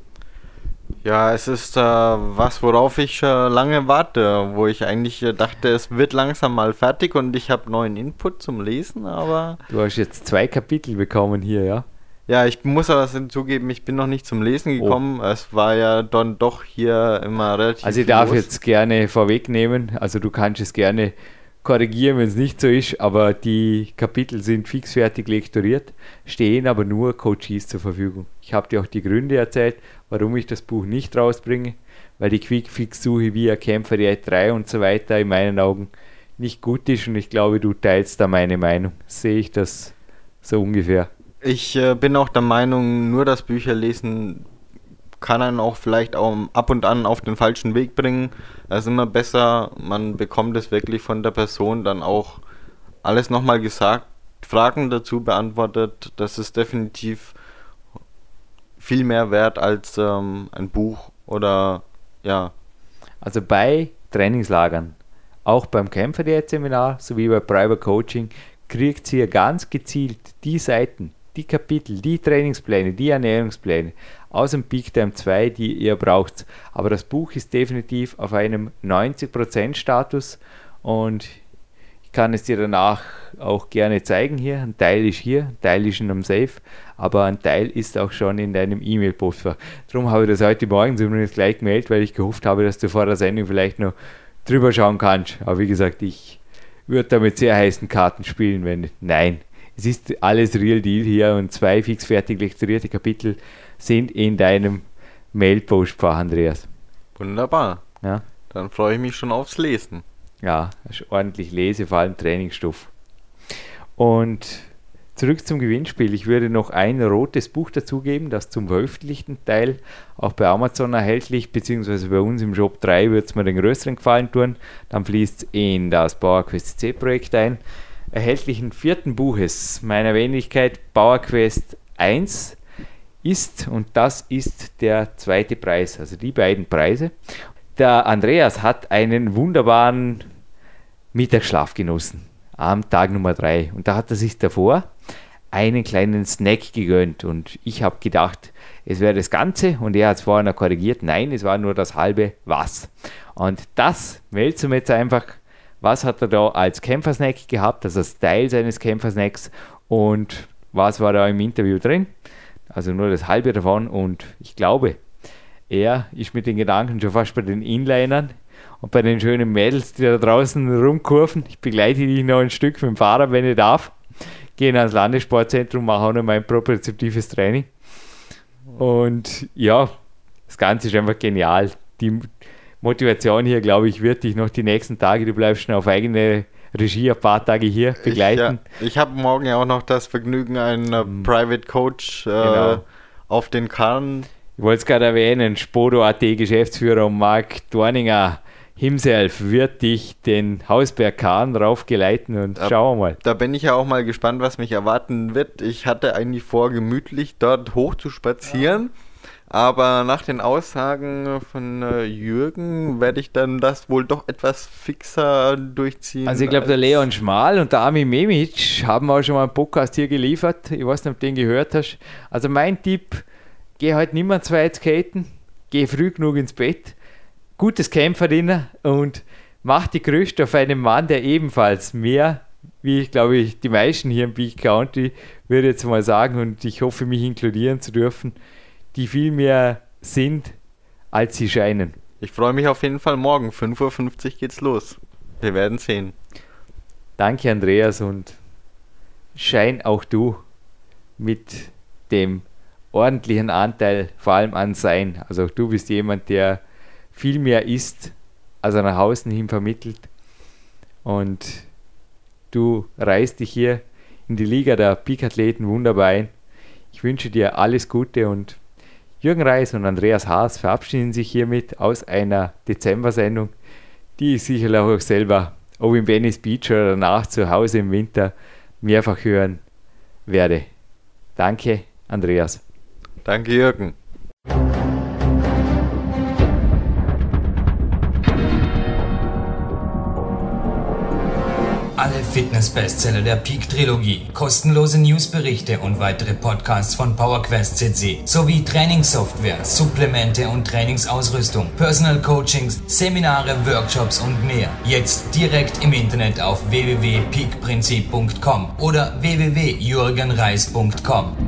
Ja, es ist was, worauf ich lange warte, wo ich eigentlich dachte, es wird langsam mal fertig und ich habe neuen Input zum Lesen, aber... Du hast jetzt 2 Kapitel bekommen hier, ja? Ja, ich muss aber zugeben, ich bin noch nicht zum Lesen gekommen. Es war ja dann doch hier immer relativ Also ich darf jetzt gerne vorwegnehmen, also du kannst es gerne korrigieren, wenn es nicht so ist, aber die Kapitel sind fix fertig lektoriert, stehen aber nur Coaches zur Verfügung. Ich habe dir auch die Gründe erzählt, warum ich das Buch nicht rausbringe, weil die Quick-Fix-Suche via Kämpferdiät 3 und so weiter in meinen Augen nicht gut ist und ich glaube, du teilst da meine Meinung. Sehe ich das so ungefähr? Ich bin auch der Meinung, nur das Bücherlesen kann einen auch vielleicht auch ab und an auf den falschen Weg bringen. Es ist immer besser, man bekommt es wirklich von der Person dann auch alles nochmal gesagt, Fragen dazu beantwortet. Das ist definitiv viel mehr wert als ein Buch oder ja. Also bei Trainingslagern auch beim Kämpferdiät-Seminar sowie bei Private Coaching kriegt ihr ganz gezielt die Seiten, die Kapitel, die Trainingspläne, die Ernährungspläne aus dem Peak Time 2, die ihr braucht. Aber das Buch ist definitiv auf einem 90% Status und ich kann es dir danach auch gerne zeigen hier. Ein Teil ist hier, ein Teil ist in einem Safe, aber ein Teil ist auch schon in deinem E-Mail-Postfach. Darum habe ich das heute Morgen zumindest gleich gemeldet, weil ich gehofft habe, dass du vor der Sendung vielleicht noch drüber schauen kannst. Aber wie gesagt, ich würde da mit sehr heißen Karten spielen, wenn nein. Es ist alles Real Deal hier und 2 fix fertig lektorierte Kapitel sind in deinem Mail-Postfach, Andreas. Wunderbar. Ja? Dann freue ich mich schon aufs Lesen. Ja, ordentlich lese, vor allem Trainingsstoff. Und zurück zum Gewinnspiel. Ich würde noch ein rotes Buch dazugeben, das zum veröffentlichten Teil auch bei Amazon erhältlich, beziehungsweise bei uns im Shop 3 wird es mir den größeren Gefallen tun. Dann fließt es in das PowerQuest C-Projekt ein. Erhältlichen 4. Buches meiner Wenigkeit PowerQuest 1 ist, und das ist der 2. Preis, also die beiden Preise. Der Andreas hat einen wunderbaren Mittagsschlaf genossen am Tag Nummer 3 und da hat er sich davor einen kleinen Snack gegönnt und ich habe gedacht, es wäre das Ganze und er hat es vorher noch korrigiert, nein, es war nur das halbe was. Und das meldet mir jetzt einfach, was hat er da als Kämpfersnack gehabt, also das Teil seines Kämpfersnacks und was war da im Interview drin, also nur das halbe davon und ich glaube, er ist mit den Gedanken schon fast bei den Inlinern und bei den schönen Mädels, die da draußen rumkurven. Ich begleite dich noch ein Stück mit dem Fahrrad, wenn ich darf. Gehe ans Landessportzentrum, mache auch noch mein propriozeptives Training. Und ja, das Ganze ist einfach genial. Die Motivation hier, glaube ich, wird dich noch die nächsten Tage, du bleibst schon auf eigene Regie ein paar Tage hier begleiten. Ich habe morgen ja auch noch das Vergnügen, einen Private Coach auf den Karren. Ich wollte es gerade erwähnen, Spodo.at Geschäftsführer Marc Dorninger himself wird dich den Hausberg-Kahn raufgeleiten und schauen wir mal. Da bin ich ja auch mal gespannt, was mich erwarten wird. Ich hatte eigentlich vor, gemütlich dort hoch zu spazieren, aber nach den Aussagen von Jürgen werde ich dann das wohl doch etwas fixer durchziehen. Also ich glaube, der Leon Schmal und der Armin Memic haben auch schon mal einen Podcast hier geliefert. Ich weiß nicht, ob du den gehört hast. Also mein Tipp, geh heute nicht mehr zu weit skaten, geh früh genug ins Bett, gutes Kämpferdiener und mach die Gerüchte auf einen Mann, der ebenfalls mehr, wie ich glaube ich die meisten hier im Peak County, würde jetzt mal sagen, und ich hoffe, mich inkludieren zu dürfen, die viel mehr sind, als sie scheinen. Ich freue mich auf jeden Fall morgen, 5:50 Uhr geht's los. Wir werden sehen. Danke Andreas und schein auch du mit dem ordentlichen Anteil, vor allem an Sein. Also auch du bist jemand, der viel mehr ist, als er nach außen hin vermittelt. Und du reißt dich hier in die Liga der Peak-Athleten wunderbar ein. Ich wünsche dir alles Gute und Jürgen Reis und Andreas Haas verabschieden sich hiermit aus einer Dezember-Sendung, die ich sicherlich auch selber, ob in Venice Beach oder danach zu Hause im Winter, mehrfach hören werde. Danke, Andreas. Danke, Jürgen. Alle Fitness-Bestseller der Peak-Trilogie, kostenlose Newsberichte und weitere Podcasts von PowerQuest CC sowie Trainingssoftware, Supplemente und Trainingsausrüstung, Personal Coachings, Seminare, Workshops und mehr. Jetzt direkt im Internet auf www.peakprinzip.com oder www.jürgenreis.com.